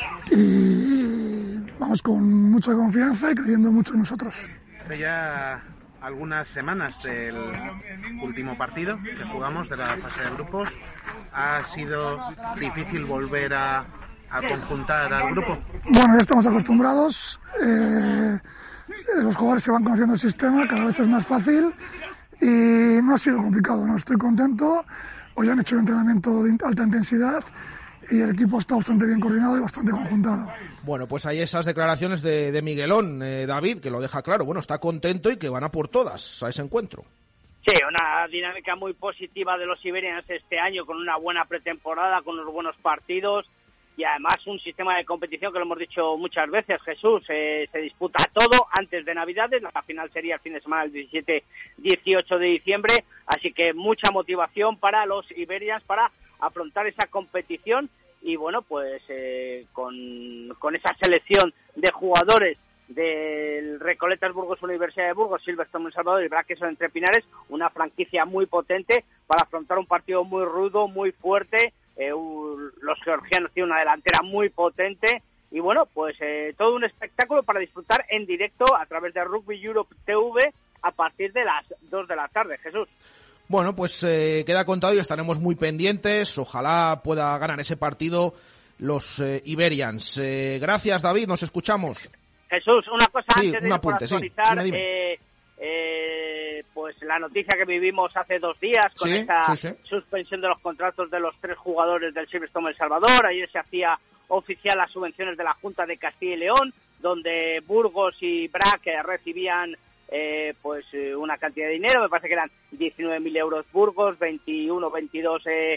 y vamos con mucha confianza y creyendo mucho en nosotros.
Hace ya algunas semanas del último partido que jugamos de la fase de grupos, ¿ha sido difícil volver a, a conjuntar al grupo?
Bueno, ya estamos acostumbrados, eh, los jugadores se van conociendo el sistema, cada vez es más fácil. Y no ha sido complicado, no estoy contento. Hoy han hecho un entrenamiento de alta intensidad y el equipo está bastante bien coordinado y bastante conjuntado.
Bueno, pues hay esas declaraciones de, de Miguelón, eh, David, que lo deja claro. Bueno, está contento y que van a por todas a ese encuentro.
Sí, una dinámica muy positiva de los Iberians este año, con una buena pretemporada, con unos buenos partidos y además un sistema de competición que lo hemos dicho muchas veces, Jesús, eh, se disputa todo antes de Navidades, la final sería el fin de semana del diecisiete dieciocho de diciembre, así que mucha motivación para los Iberians para afrontar esa competición y bueno, pues eh, con, con esa selección de jugadores del Recoletas Burgos Universidad de Burgos, Silverstone El Salvador y Braqueso Entre Pinares, una franquicia muy potente para afrontar un partido muy rudo, muy fuerte. Eh, un, los georgianos tienen una delantera muy potente y bueno, pues eh, todo un espectáculo para disfrutar en directo a través de Rugby Europe T V a partir de las dos de la tarde, Jesús.
Bueno, pues eh, queda contado y estaremos muy pendientes. Ojalá pueda ganar ese partido los eh, Iberians. Eh, gracias, David, nos escuchamos.
Jesús, una cosa
sí,
antes de
un apunte,
por actualizar,
sí. Dime, dime.
Eh, eh, pues la noticia que vivimos hace dos días con
sí,
esa
sí, sí.
suspensión de los contratos de los tres jugadores del Silverstone El Salvador. Ayer se hacía oficial las subvenciones de la Junta de Castilla y León, donde Burgos y Brac recibían eh, pues una cantidad de dinero, me parece que eran diecinueve mil euros Burgos, veintiuno, veintidós eh,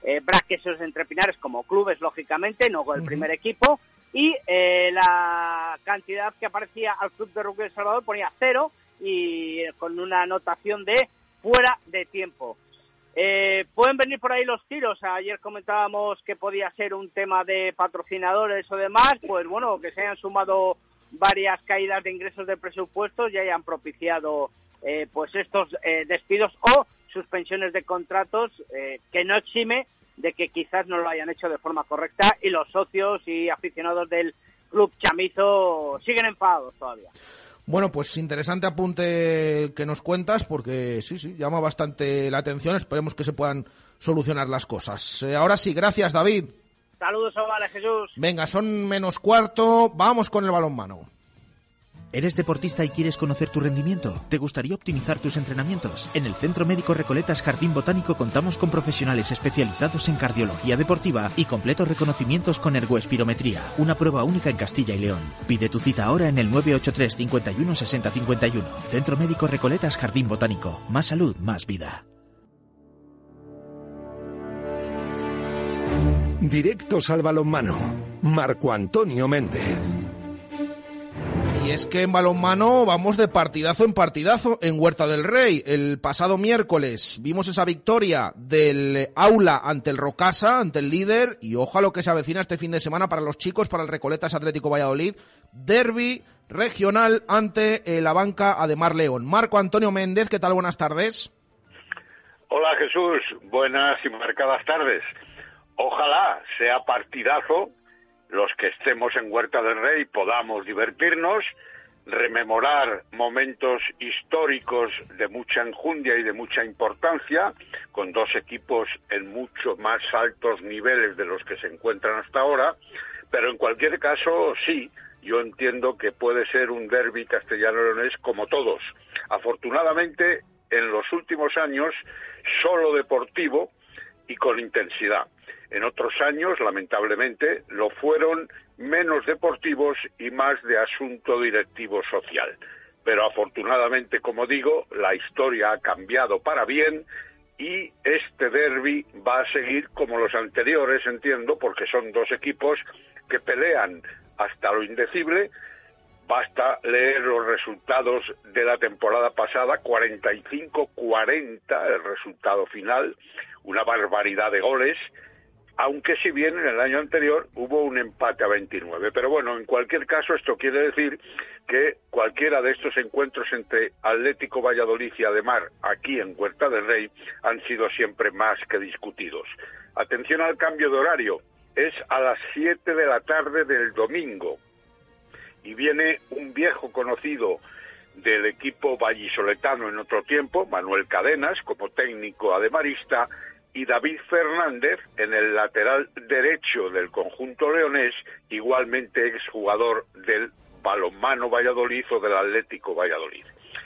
eh, braquesos entre Pinares como clubes, lógicamente, no con el primer equipo, y eh, la cantidad que aparecía al Club de Rugby El Salvador ponía cero y eh, con una anotación de fuera de tiempo. Eh, pueden venir por ahí los tiros. Ayer comentábamos que podía ser un tema de patrocinadores o demás, pues bueno, que se hayan sumado varias caídas de ingresos de presupuestos y hayan propiciado eh, pues estos eh, despidos o suspensiones de contratos, eh, que no exime de que quizás no lo hayan hecho de forma correcta y los socios y aficionados del club chamizo siguen enfadados todavía.
Bueno, pues interesante apunte que nos cuentas, porque sí, sí, llama bastante la atención. Esperemos que se puedan solucionar las cosas. Eh, ahora sí, gracias, David.
Saludos, Ovales, Jesús.
Venga, son menos cuarto, vamos con el balonmano.
¿Eres deportista y quieres conocer tu rendimiento? ¿Te gustaría optimizar tus entrenamientos? En el Centro Médico Recoletas Jardín Botánico contamos con profesionales especializados en cardiología deportiva y completos reconocimientos con ergoespirometría, una prueba única en Castilla y León. Pide tu cita ahora en el nueve ocho tres, cincuenta y uno, sesenta, cincuenta y uno. Centro Médico Recoletas Jardín Botánico. Más salud, más vida.
Directos al balonmano. Marco Antonio Méndez.
Y es que en balonmano vamos de partidazo en partidazo en Huerta del Rey. El pasado miércoles vimos esa victoria del Aula ante el Rocasa, ante el líder, y ojo a lo que se avecina este fin de semana para los chicos, para el Recoletas Atlético Valladolid. Derbi regional ante la banca Ademar León. Marco Antonio Méndez, ¿qué tal? Buenas tardes.
Hola Jesús, buenas y marcadas tardes. Ojalá sea partidazo. Los que estemos en Huerta del Rey podamos divertirnos, rememorar momentos históricos de mucha enjundia y de mucha importancia, con dos equipos en mucho más altos niveles de los que se encuentran hasta ahora, pero en cualquier caso, sí, yo entiendo que puede ser un derbi castellano-leonés como todos. Afortunadamente, en los últimos años, solo deportivo y con intensidad. En otros años, lamentablemente, lo fueron menos deportivos y más de asunto directivo social. Pero afortunadamente, como digo, la historia ha cambiado para bien y este derbi va a seguir como los anteriores, entiendo, porque son dos equipos que pelean hasta lo indecible. Basta leer los resultados de la temporada pasada, cuarenta y cinco cuarenta el resultado final, una barbaridad de goles, aunque si bien en el año anterior hubo un empate a veintinueve. Pero bueno, en cualquier caso, esto quiere decir que cualquiera de estos encuentros entre Atlético Valladolid y Ademar, aquí en Huerta del Rey, han sido siempre más que discutidos. Atención al cambio de horario, es a las siete de la tarde del domingo, y viene un viejo conocido del equipo vallisoletano en otro tiempo, Manuel Cadenas, como técnico ademarista, y David Fernández en el lateral derecho del conjunto leonés, igualmente exjugador del Balonmano Valladolid o del Atlético Valladolid.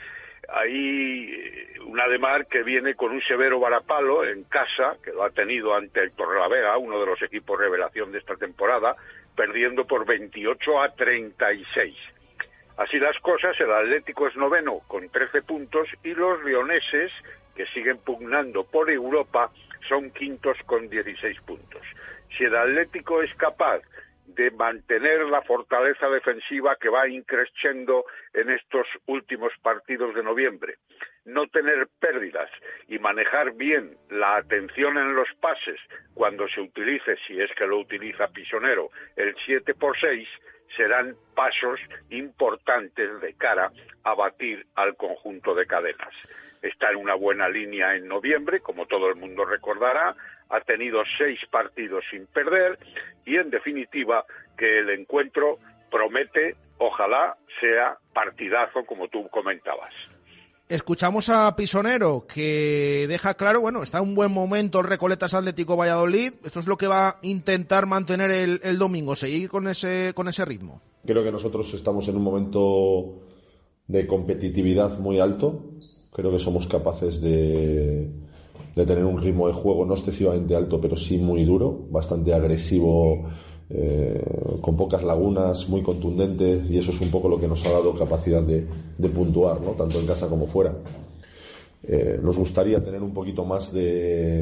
Hay un Ademar que viene con un severo varapalo en casa, que lo ha tenido ante el Torrelavega, uno de los equipos revelación de esta temporada, perdiendo por veintiocho a treinta y seis. Así las cosas, el Atlético es noveno con trece puntos y los leoneses, que siguen pugnando por Europa, son quintos con dieciséis puntos. Si el Atlético es capaz de mantener la fortaleza defensiva que va increciendo en estos últimos partidos de noviembre, no tener pérdidas y manejar bien la atención en los pases cuando se utilice, si es que lo utiliza Pisonero, el siete por seis, serán pasos importantes de cara a batir al conjunto de Cadenas. Está en una buena línea en noviembre, como todo el mundo recordará, ha tenido seis partidos sin perder y, en definitiva, que el encuentro promete, ojalá sea partidazo, como tú comentabas.
Escuchamos a Pisonero, que deja claro, bueno, está en un buen momento el Recoletas Atlético Valladolid. Esto es lo que va a intentar mantener el, el domingo, seguir con ese, con ese ritmo.
Creo que nosotros estamos en un momento de competitividad muy alto. Creo que somos capaces de, de tener un ritmo de juego no excesivamente alto, pero sí muy duro, bastante agresivo, eh, con pocas lagunas, muy contundente, y eso es un poco lo que nos ha dado capacidad de, de puntuar, ¿no? Tanto en casa como fuera. Eh, nos gustaría tener un poquito más de,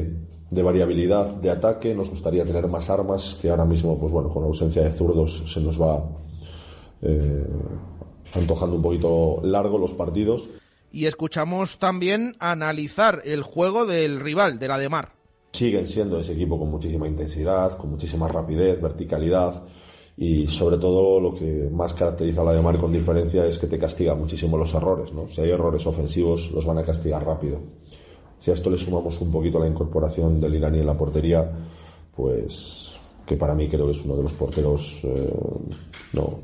de variabilidad de ataque. Nos gustaría tener más armas, que ahora mismo, pues bueno, con la ausencia de zurdos se nos va eh, antojando un poquito largo los partidos.
Y escuchamos también analizar el juego del rival, de la de Mar.
Siguen siendo ese equipo con muchísima intensidad, con muchísima rapidez, verticalidad, y sobre todo lo que más caracteriza a la de Mar con diferencia es que te castiga muchísimo los errores, ¿no? Si hay errores ofensivos, los van a castigar rápido. Si a esto le sumamos un poquito la incorporación del iraní en la portería, pues que para mí creo que es uno de los porteros eh, no,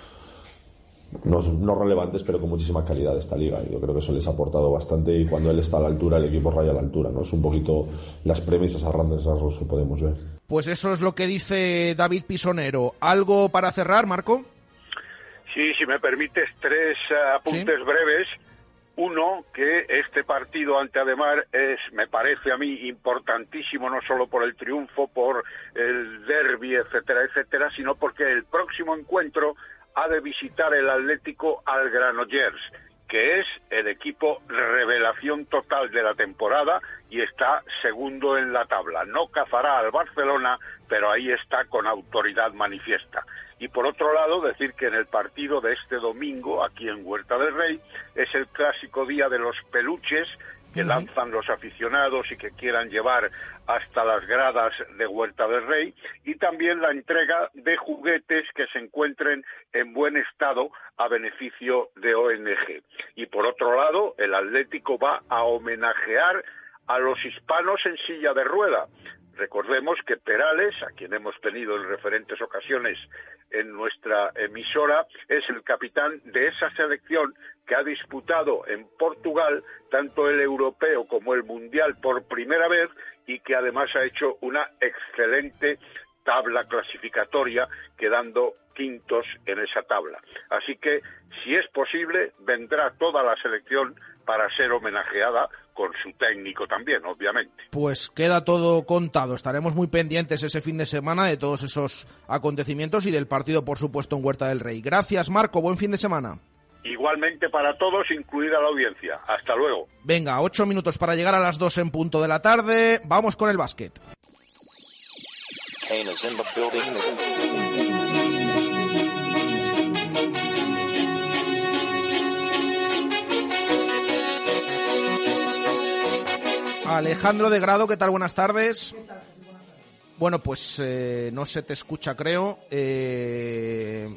no, no relevantes, pero con muchísima calidad de esta liga. Yo creo que eso les ha aportado bastante, y cuando él está a la altura, el equipo raya a la altura, ¿no? Es un poquito las premisas a grandes rasgos que podemos ver.
Pues eso es lo que dice David Pisonero. ¿Algo para cerrar, Marco?
Sí, si me permites, tres uh, apuntes ¿Sí? breves. Uno, que este partido ante Ademar es, me parece a mí, importantísimo, no solo por el triunfo, por el derbi, etcétera, etcétera, sino porque el próximo encuentro ha de visitar el Atlético al Granollers, que es el equipo revelación total de la temporada y está segundo en la tabla. No cazará al Barcelona, pero ahí está con autoridad manifiesta. Y por otro lado, decir que en el partido de este domingo, aquí en Huerta del Rey, es el clásico día de los peluches que lanzan los aficionados y que quieran llevar hasta las gradas de Huerta del Rey, y también la entrega de juguetes que se encuentren en buen estado a beneficio de O N G. Y por otro lado, el Atlético va a homenajear a los hispanos en silla de rueda. Recordemos que Perales, a quien hemos tenido en referentes ocasiones en nuestra emisora, es el capitán de esa selección que ha disputado en Portugal tanto el europeo como el mundial por primera vez, y que además ha hecho una excelente tabla clasificatoria, quedando quintos en esa tabla. Así que, si es posible, vendrá toda la selección para ser homenajeada, con su técnico también, obviamente.
Pues queda todo contado. Estaremos muy pendientes ese fin de semana de todos esos acontecimientos y del partido, por supuesto, en Huerta del Rey. Gracias, Marco. Buen fin de semana.
Igualmente para todos, incluida la audiencia. Hasta luego.
Venga, ocho minutos para llegar a las dos en punto de la tarde. Vamos con el básquet. Kane is in the building. Alejandro de Grado, ¿qué tal? Buenas tardes. Bueno, pues eh, no se te escucha, creo. Eh,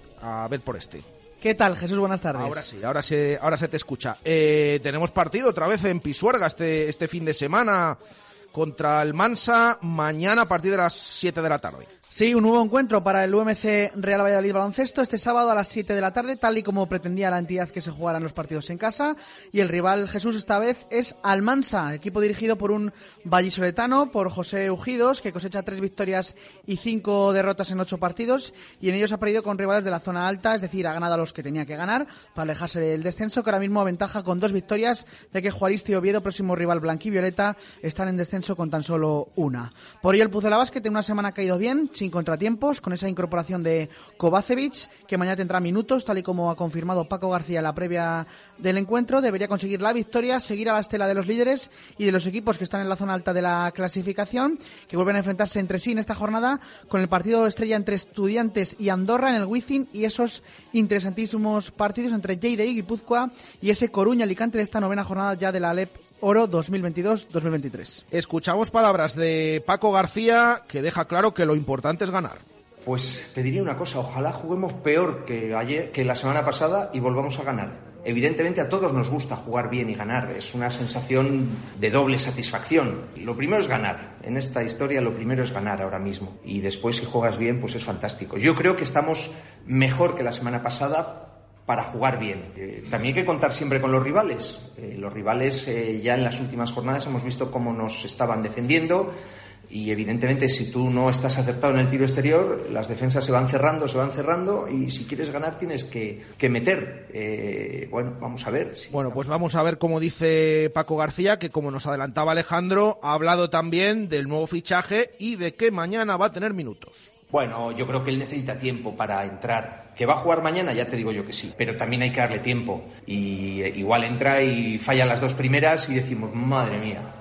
a ver por este.
¿Qué tal, Jesús? Buenas tardes.
Ahora sí, ahora se, ahora se te escucha. Eh, tenemos partido otra vez en Pisuerga este, este fin de semana contra el Mansa, mañana a partir de las siete de la tarde.
Sí, un nuevo encuentro para el U M C Real Valladolid Baloncesto este sábado a las siete de la tarde, tal y como pretendía la entidad que se jugaran los partidos en casa. Y el rival, Jesús, esta vez es Almansa, equipo dirigido por un vallisoletano, por José Ujidos, que cosecha tres victorias y cinco derrotas en ocho partidos. Y en ellos ha perdido con rivales de la zona alta, es decir, ha ganado a los que tenía que ganar para alejarse del descenso, que ahora mismo aventaja con dos victorias, ya que Juaristi y Oviedo, próximo rival blanquivioleta, están en descenso con tan solo una. Por ello el Pucela Basket en una semana ha caído bien, sin contratiempos, con esa incorporación de Kovacevic, que mañana tendrá minutos, tal y como ha confirmado Paco García en la previa del encuentro. Debería conseguir la victoria, seguir a la estela de los líderes y de los equipos que están en la zona alta de la clasificación, que vuelven a enfrentarse entre sí en esta jornada, con el partido estrella entre Estudiantes y Andorra en el Wizzing, y esos interesantísimos partidos entre J D I, Guipúzcoa y ese Coruña-Alicante de esta novena jornada ya de la Alep Oro dos mil veintidós dos mil veintitrés.
Escuchamos palabras de Paco García, que deja claro que lo importante es ganar.
Pues te diría una cosa, ojalá juguemos peor que ayer, que la semana pasada, y volvamos a ganar. Evidentemente a todos nos gusta jugar bien y ganar, es una sensación de doble satisfacción. Lo primero es ganar, en esta historia lo primero es ganar ahora mismo, y después si juegas bien pues es fantástico. Yo creo que estamos mejor que la semana pasada para jugar bien. Eh, también hay que contar siempre con los rivales. Eh, los rivales eh, ya en las últimas jornadas hemos visto cómo nos estaban defendiendo. Y evidentemente si tú no estás acertado en el tiro exterior, las defensas se van cerrando, se van cerrando, y si quieres ganar tienes que, que meter. Eh, bueno, vamos a ver. Si
bueno, pues vamos a ver cómo dice Paco García, que como nos adelantaba Alejandro, ha hablado también del nuevo fichaje y de que mañana va a tener minutos.
Bueno, yo creo que él necesita tiempo para entrar. ¿Que va a jugar mañana? Ya te digo yo que sí. Pero también hay que darle tiempo. Y eh, igual entra y falla las dos primeras y decimos, madre mía.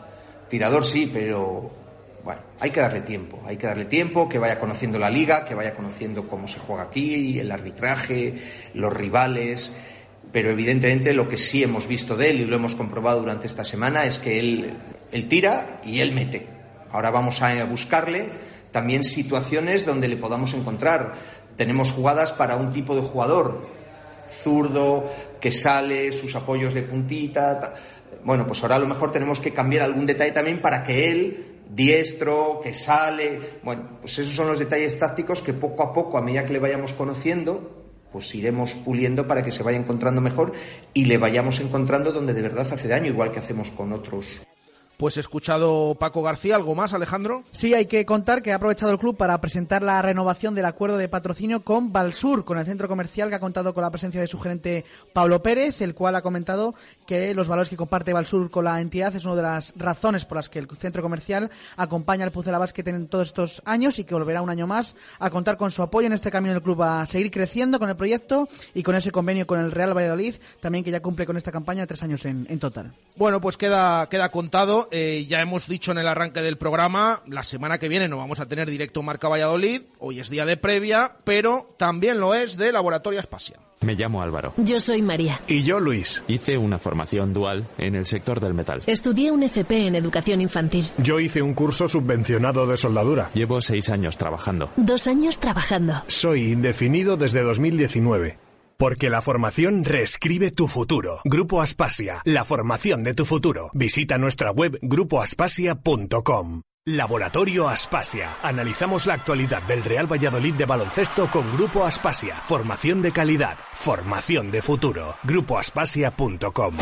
Tirador sí, pero bueno, hay que darle tiempo, hay que darle tiempo, que vaya conociendo la liga, que vaya conociendo cómo se juega aquí, el arbitraje, los rivales. Pero evidentemente lo que sí hemos visto de él y lo hemos comprobado durante esta semana es que él, él tira y él mete. Ahora vamos a buscarle también situaciones donde le podamos encontrar. Tenemos jugadas para un tipo de jugador zurdo, que sale, sus apoyos de puntita. Ta... Bueno, pues ahora a lo mejor tenemos que cambiar algún detalle también para que él, diestro, que sale... Bueno, pues esos son los detalles tácticos que poco a poco, a medida que le vayamos conociendo, pues iremos puliendo para que se vaya encontrando mejor y le vayamos encontrando donde de verdad hace daño, igual que hacemos con otros.
Pues he escuchado Paco García, ¿algo más, Alejandro?
Sí, hay que contar que ha aprovechado el club para presentar la renovación del acuerdo de patrocinio con Valsur, con el centro comercial, que ha contado con la presencia de su gerente Pablo Pérez, el cual ha comentado que los valores que comparte Valsur con la entidad es una de las razones por las que el centro comercial acompaña al Pucela Basket en todos estos años y que volverá un año más a contar con su apoyo en este camino del club a seguir creciendo con el proyecto y con ese convenio con el Real Valladolid, también que ya cumple con esta campaña tres años en, en total.
Bueno, pues queda, queda contado. Eh, ya hemos dicho en el arranque del programa, la semana que viene no vamos a tener directo Marca Valladolid, hoy es día de previa, pero también lo es de Laboratorio Aspasia.
Me llamo Álvaro.
Yo soy María.
Y yo Luis. Hice una formación dual en el sector del metal.
Estudié un F P en educación infantil.
Yo hice un curso subvencionado de soldadura.
Llevo seis años trabajando.
Dos años trabajando.
Soy indefinido desde dos mil diecinueve. Porque la formación reescribe tu futuro. Grupo Aspasia, la formación de tu futuro. Visita nuestra web grupo aspasia punto com. Laboratorio Aspasia. Analizamos la actualidad del Real Valladolid de baloncesto con Grupo Aspasia. Formación de calidad. Formación de futuro. grupo aspasia punto com.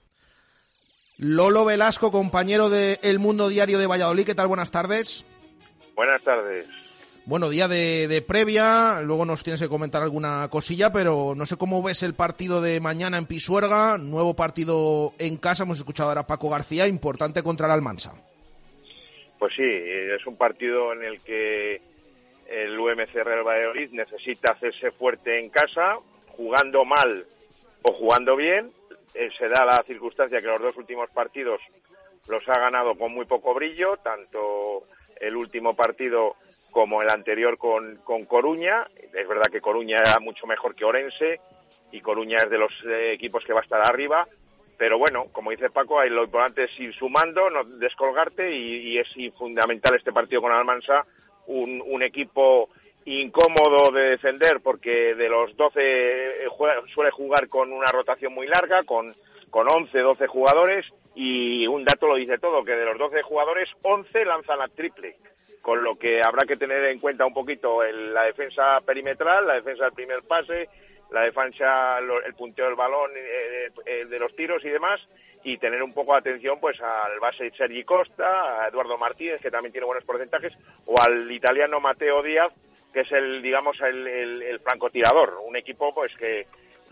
Lolo Velasco, compañero de El Mundo Diario de Valladolid. ¿Qué tal? Buenas tardes.
Buenas tardes.
Bueno, día de, de previa, luego nos tienes que comentar alguna cosilla, pero no sé cómo ves el partido de mañana en Pisuerga, nuevo partido en casa, hemos escuchado ahora a Paco García, importante contra el Almansa.
Pues sí, es un partido en el que el U M C Real Valladolid necesita hacerse fuerte en casa, jugando mal o jugando bien. Eh, se da la circunstancia que los dos últimos partidos los ha ganado con muy poco brillo, tanto el último partido como el anterior con, con Coruña. Es verdad que Coruña era mucho mejor que Orense y Coruña es de los eh, equipos que va a estar arriba, pero bueno, como dice Paco, ahí lo importante es ir sumando, no descolgarte y, y es fundamental este partido con Almansa, un, un equipo incómodo de defender porque de los doce eh, juega, suele jugar con una rotación muy larga, con, con once, doce jugadores, y un dato lo dice todo, que de los doce jugadores, once lanzan a triple, con lo que habrá que tener en cuenta un poquito el, la defensa perimetral, la defensa del primer pase, la defensa, el punteo del balón, eh, eh, de los tiros y demás, y tener un poco de atención pues al base Sergi Costa, a Eduardo Martínez, que también tiene buenos porcentajes, o al italiano Mateo Díaz, que es el, digamos, el, el, el francotirador, un equipo pues que,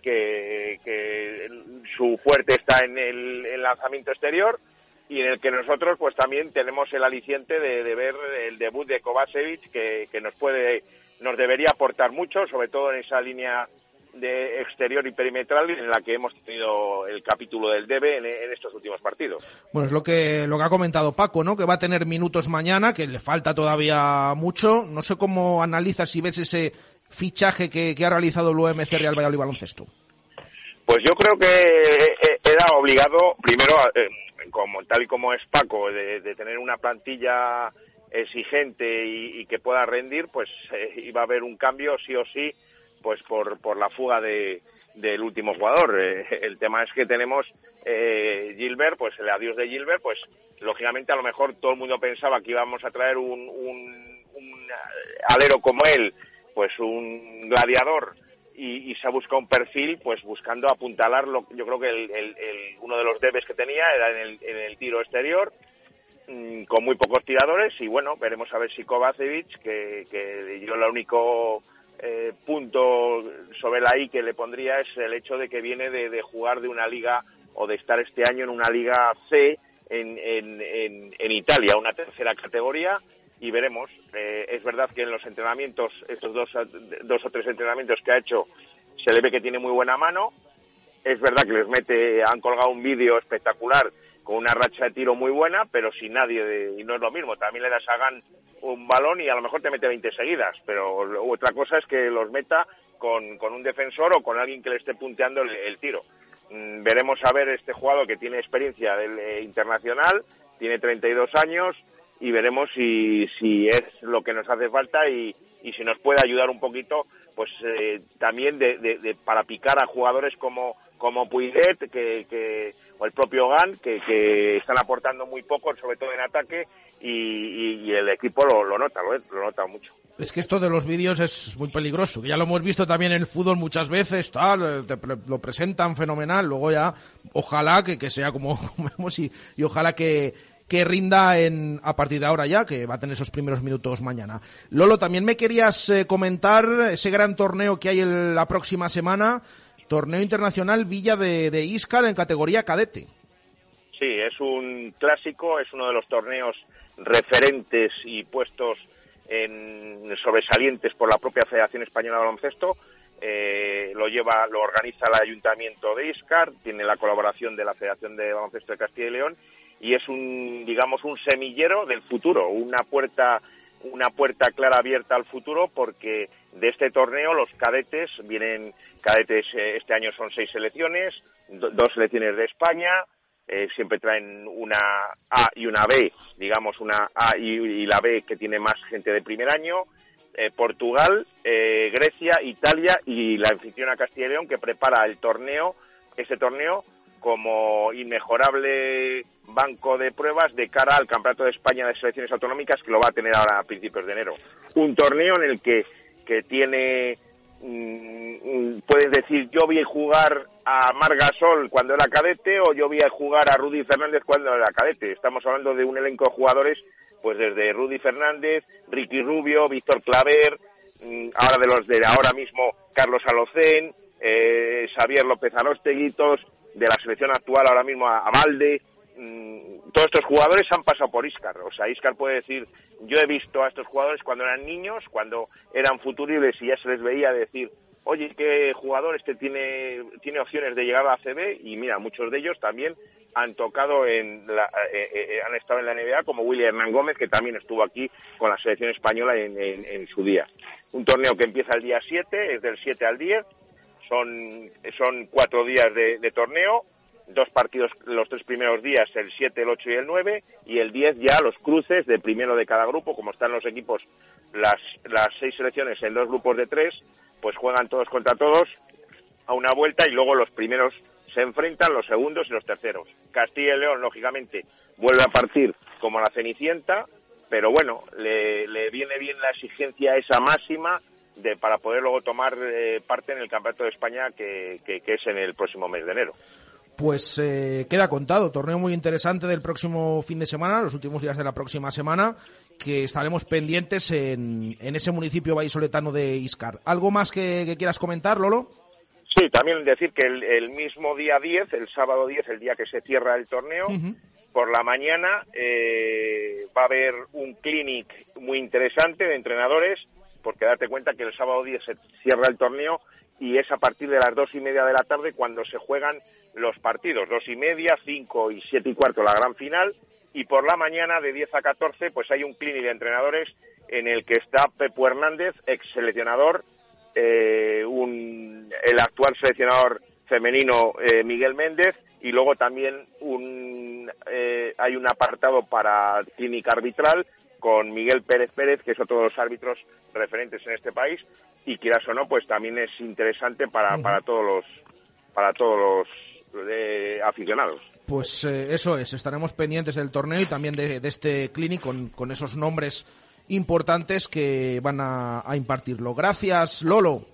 que, que su fuerte está en el, el lanzamiento exterior, y en el que nosotros pues también tenemos el aliciente de, de ver el debut de Kovacevic, que, que nos puede, nos debería aportar mucho, sobre todo en esa línea de exterior y perimetral en la que hemos tenido el capítulo del debe en, en estos últimos partidos.
Bueno, es lo que lo que ha comentado Paco, ¿no? Que va a tener minutos mañana, que le falta todavía mucho. No sé cómo analizas si ves ese fichaje que, que ha realizado el U M C Real Valladolid Baloncesto.
Pues yo creo que era obligado, primero, eh, como tal y como es Paco, de, de tener una plantilla exigente y, y que pueda rendir, pues eh, iba a haber un cambio sí o sí, pues por por la fuga de del último jugador. Eh, el tema es que tenemos eh, Gilbert, pues el adiós de Gilbert, pues lógicamente a lo mejor todo el mundo pensaba que íbamos a traer un, un, un alero como él, pues un gladiador, y, y se ha buscado un perfil, pues buscando apuntalarlo. Yo creo que el, el, el, uno de los debes que tenía era en el, en el tiro exterior, mmm, con muy pocos tiradores, y bueno, veremos a ver si Kovacevic, que, que yo lo único Eh, punto sobre la I que le pondría es el hecho de que viene de, de jugar de una liga o de estar este año en una liga C en, en, en, en Italia, una tercera categoría, y veremos. Eh, es verdad que en los entrenamientos, estos dos, dos o tres entrenamientos que ha hecho, se le ve que tiene muy buena mano. Es verdad que les mete, han colgado un vídeo espectacular con una racha de tiro muy buena, pero sin nadie, de, y no es lo mismo. También le das a Gant un balón y a lo mejor te mete veinte seguidas, pero otra cosa es que los meta con, con un defensor o con alguien que le esté punteando el, el tiro. Mm, veremos a ver este jugador que tiene experiencia del eh, internacional, tiene treinta y dos años, y veremos si, si es lo que nos hace falta y, y si nos puede ayudar un poquito, pues eh, también de, de, de, para picar a jugadores como como Puidet, que, que, o el propio Gant, que, que están aportando muy poco, sobre todo en ataque, y, y, y el equipo lo, lo nota, lo, lo nota mucho.
Es que esto de los vídeos es muy peligroso, que ya lo hemos visto también en el fútbol muchas veces, tal, te, lo presentan fenomenal, luego ya, ojalá que, que sea como, como vemos y, y ojalá que, que rinda en, a partir de ahora ya, que va a tener esos primeros minutos mañana. Lolo, también me querías eh, comentar ese gran torneo que hay el, la próxima semana, Torneo Internacional Villa de, de Íscar en categoría cadete.
Sí, es un clásico, es uno de los torneos referentes y puestos en sobresalientes por la propia Federación Española de Baloncesto. Eh, lo lleva, lo organiza el Ayuntamiento de Íscar, tiene la colaboración de la Federación de Baloncesto de Castilla y León y es un, digamos, un semillero del futuro, una puerta, una puerta clara abierta al futuro, porque de este torneo los cadetes vienen, cadetes eh, este año son seis selecciones, do, dos selecciones de España, eh, siempre traen una A y una B, digamos una A y, y la B que tiene más gente de primer año, eh, Portugal, eh, Grecia, Italia y la anfitriona Castilla y León, que prepara el torneo, este torneo como inmejorable banco de pruebas de cara al Campeonato de España de Selecciones Autonómicas, que lo va a tener ahora a principios de enero. Un torneo en el que, que tiene, mmm, puedes decir, yo vi jugar a Marc Gasol cuando era cadete o yo vi jugar a Rudy Fernández cuando era cadete. Estamos hablando de un elenco de jugadores, pues desde Rudy Fernández, Ricky Rubio, Víctor Claver, mmm, ahora de los de ahora mismo, Carlos Alocén, eh, Xavier López Arostegui, todos de la selección actual ahora mismo, a, a Valde. Todos estos jugadores han pasado por Íscar, o sea, Íscar puede decir, yo he visto a estos jugadores cuando eran niños, cuando eran futuribles y ya se les veía decir, oye, qué jugador este tiene tiene opciones de llegar a la A C B, y mira, muchos de ellos también han tocado en la, eh, eh, han estado en la N B A, como William Hernán Gómez, que también estuvo aquí con la selección española en, en, en su día. Un torneo que empieza el día siete, es del siete al diez, son, son cuatro días de, de torneo, dos partidos los tres primeros días, el siete, el ocho y el nueve, y el diez ya los cruces de primero de cada grupo, como están los equipos, las, las seis selecciones en dos grupos de tres, pues juegan todos contra todos a una vuelta y luego los primeros se enfrentan, los segundos y los terceros. Castilla y León, lógicamente, vuelve a partir como la Cenicienta, pero bueno, le, le viene bien la exigencia esa máxima de para poder luego tomar eh, parte en el Campeonato de España que, que, que es en el próximo mes de enero.
Pues eh, queda contado, torneo muy interesante del próximo fin de semana, los últimos días de la próxima semana, que estaremos pendientes en, en ese municipio vallisoletano de Íscar. ¿Algo más que, que quieras comentar, Lolo?
Sí, también decir que el, el mismo día diez, el sábado diez, el día que se cierra el torneo, uh-huh. por la mañana eh, va a haber un clinic muy interesante de entrenadores, porque date cuenta que el sábado diez se cierra el torneo y es a partir de las dos y media de la tarde cuando se juegan los partidos, dos y media, cinco y siete y cuarto la gran final, y por la mañana de diez a catorce pues hay un clinic de entrenadores en el que está Pepo Hernández, ex seleccionador, eh, un, el actual seleccionador femenino eh, Miguel Méndez, y luego también un eh, hay un apartado para clínica arbitral con Miguel Pérez Pérez, que es otro de los árbitros referentes en este país, y quieras o no, pues también es interesante para, para todos los para todos los eh, aficionados.
Pues eh, eso es, estaremos pendientes del torneo y también de, de este clinic con, con esos nombres importantes que van a, a impartirlo. Gracias, Lolo.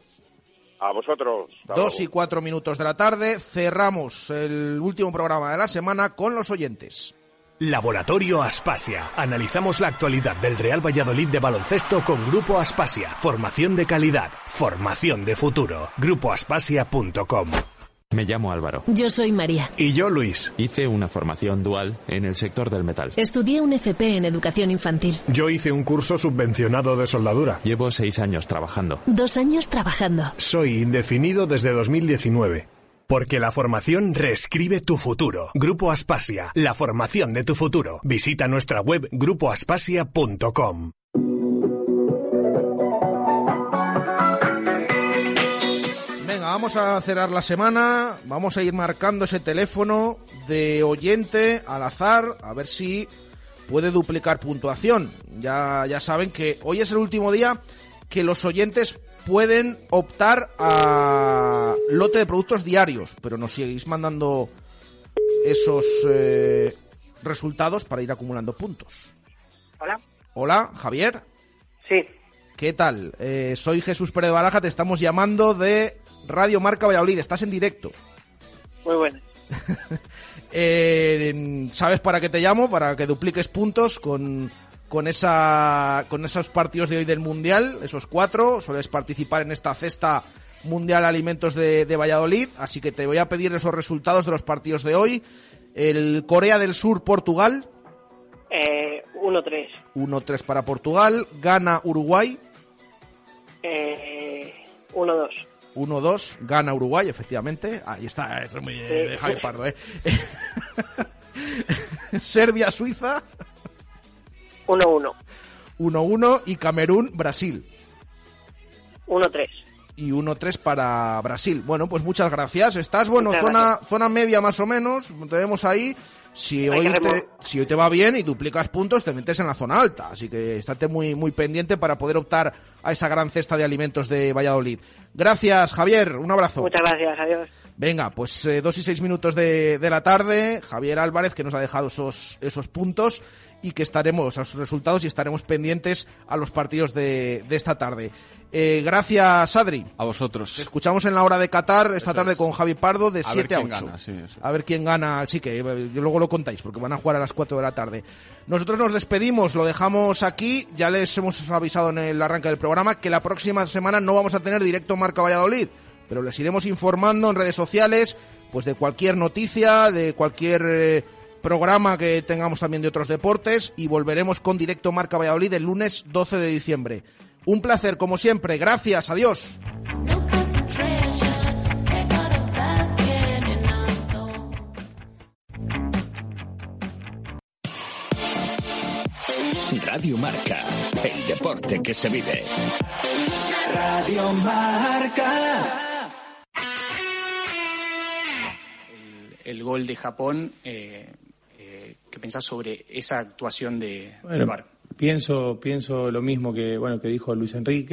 A vosotros.
Dos y cuatro minutos de la tarde, cerramos el último programa de la semana con los oyentes.
Laboratorio Aspasia. Analizamos la actualidad del Real Valladolid de baloncesto con Grupo Aspasia. Formación de calidad, formación de futuro. grupo aspasia punto com.
Me llamo Álvaro.
Yo soy María.
Y yo Luis.
Hice una formación dual en el sector del metal.
Estudié un F P en educación infantil.
Yo hice un curso subvencionado de soldadura.
Llevo seis años trabajando.
Dos años trabajando.
Soy indefinido desde dos mil diecinueve. Porque la formación reescribe tu futuro. Grupo Aspasia, la formación de tu futuro. Visita nuestra web grupo aspasia punto com.
Venga, vamos a cerrar la semana, vamos a ir marcando ese teléfono de oyente al azar, a ver si puede duplicar puntuación. Ya, ya saben que hoy es el último día que los oyentes pueden optar a lote de productos diarios, pero nos seguís mandando esos eh, resultados para ir acumulando puntos.
Hola.
Hola, Javier.
Sí.
¿Qué tal? Eh, soy Jesús Pérez Baraja, te estamos llamando de Radio Marca Valladolid, estás en directo.
Muy bueno.
eh, ¿Sabes para qué te llamo? Para que dupliques puntos con... Con esa con esos partidos de hoy del Mundial, esos cuatro, sueles participar en esta cesta Mundial Alimentos de, de Valladolid, así que te voy a pedir esos resultados de los partidos de hoy. El Corea del Sur-Portugal.
Eh, uno tres.
uno tres para Portugal. Gana Uruguay.
Eh, uno dos.
uno dos. Gana Uruguay, efectivamente. Ahí está, esto es muy de, de Javi Pardo, ¿eh? Serbia-Suiza.
uno uno.
uno uno y Camerún-Brasil.
uno tres.
Y uno tres para Brasil. Bueno, pues muchas gracias. Estás, bueno,
muchas
zona
gracias.
zona media más o menos. Te vemos ahí. Si hoy, te, si hoy te va bien y duplicas puntos, te metes en la zona alta. Así que estate muy, muy pendiente para poder optar a esa gran cesta de alimentos de Valladolid. Gracias, Javier. Un abrazo.
Muchas gracias. Adiós.
Venga, pues eh, dos y seis minutos de, de la tarde. Javier Álvarez, que nos ha dejado esos, esos puntos y que estaremos a sus resultados y estaremos pendientes a los partidos de, de esta tarde. Eh, gracias, Adri.
A vosotros.
Te escuchamos en la hora de Qatar esta
Eso
tarde
es.
con Javi Pardo de
A
siete a
ver quién
ocho.
gana, sí, eso.
A ver quién gana. Sí, que eh, luego lo contáis porque van a jugar a las cuatro de la tarde. Nosotros nos despedimos, lo dejamos aquí. Ya les hemos avisado en el arranque del programa que la próxima semana no vamos a tener directo Marca Valladolid, pero les iremos informando en redes sociales pues de cualquier noticia, de cualquier eh, programa que tengamos también de otros deportes, y volveremos con directo Marca Valladolid el lunes doce de diciembre. Un placer, como siempre. Gracias. Adiós.
Radio Marca, el deporte que se vive.
Radio Marca.
El, el gol de Japón, eh, eh, ¿qué pensás sobre esa actuación de,
bueno,
del V A R?
Pienso, pienso lo mismo que, bueno, que dijo Luis Enrique.